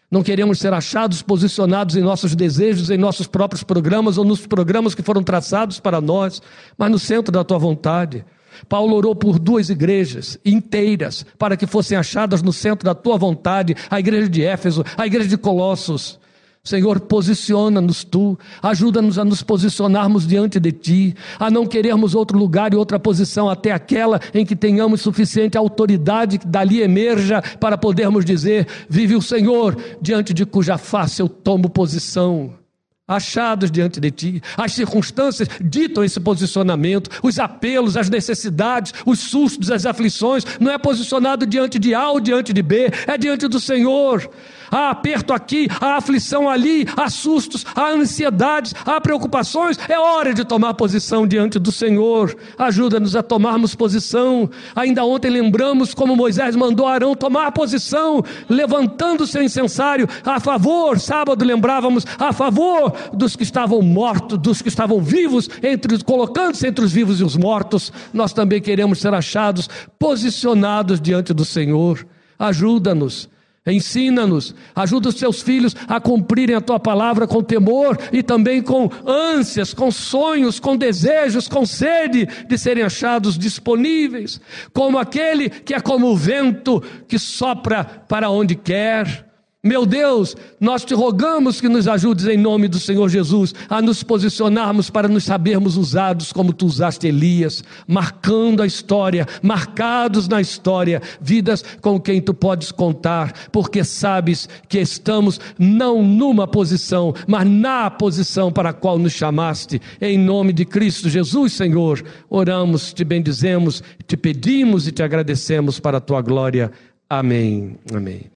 Não queremos ser achados, posicionados em nossos desejos, em nossos próprios programas ou nos programas que foram traçados para nós, mas no centro da tua vontade. Paulo orou por duas igrejas inteiras para que fossem achadas no centro da tua vontade, a igreja de Éfeso, a igreja de Colossos. Senhor, posiciona-nos tu, ajuda-nos a nos posicionarmos diante de ti, a não querermos outro lugar e outra posição até aquela em que tenhamos suficiente autoridade que dali emerja para podermos dizer: vive o Senhor, diante de cuja face eu tomo posição. Achados diante de ti, as circunstâncias ditam esse posicionamento, os apelos, as necessidades, os sustos, as aflições, não é posicionado diante de A ou diante de B, é diante do Senhor. Há aperto aqui, há aflição ali, há sustos, há ansiedades, há preocupações, é hora de tomar posição diante do Senhor. Ajuda-nos a tomarmos posição. Ainda ontem lembramos como Moisés mandou Arão tomar posição, levantando o seu incensário a favor, sábado lembrávamos, a favor dos que estavam mortos, dos que estavam vivos, entre, colocando-se entre os vivos e os mortos. Nós também queremos ser achados posicionados diante do Senhor. Ajuda-nos. Ensina-nos, ajuda os teus filhos a cumprirem a tua palavra com temor e também com ânsias, com sonhos, com desejos, com sede de serem achados disponíveis, como aquele que é como o vento que sopra para onde quer. Meu Deus, nós te rogamos que nos ajudes em nome do Senhor Jesus a nos posicionarmos para nos sabermos usados como tu usaste Elias, marcando a história, marcados na história, vidas com quem tu podes contar, porque sabes que estamos não numa posição, mas na posição para a qual nos chamaste. Em nome de Cristo Jesus, Senhor, oramos, te bendizemos, te pedimos e te agradecemos para a tua glória. Amém. Amém.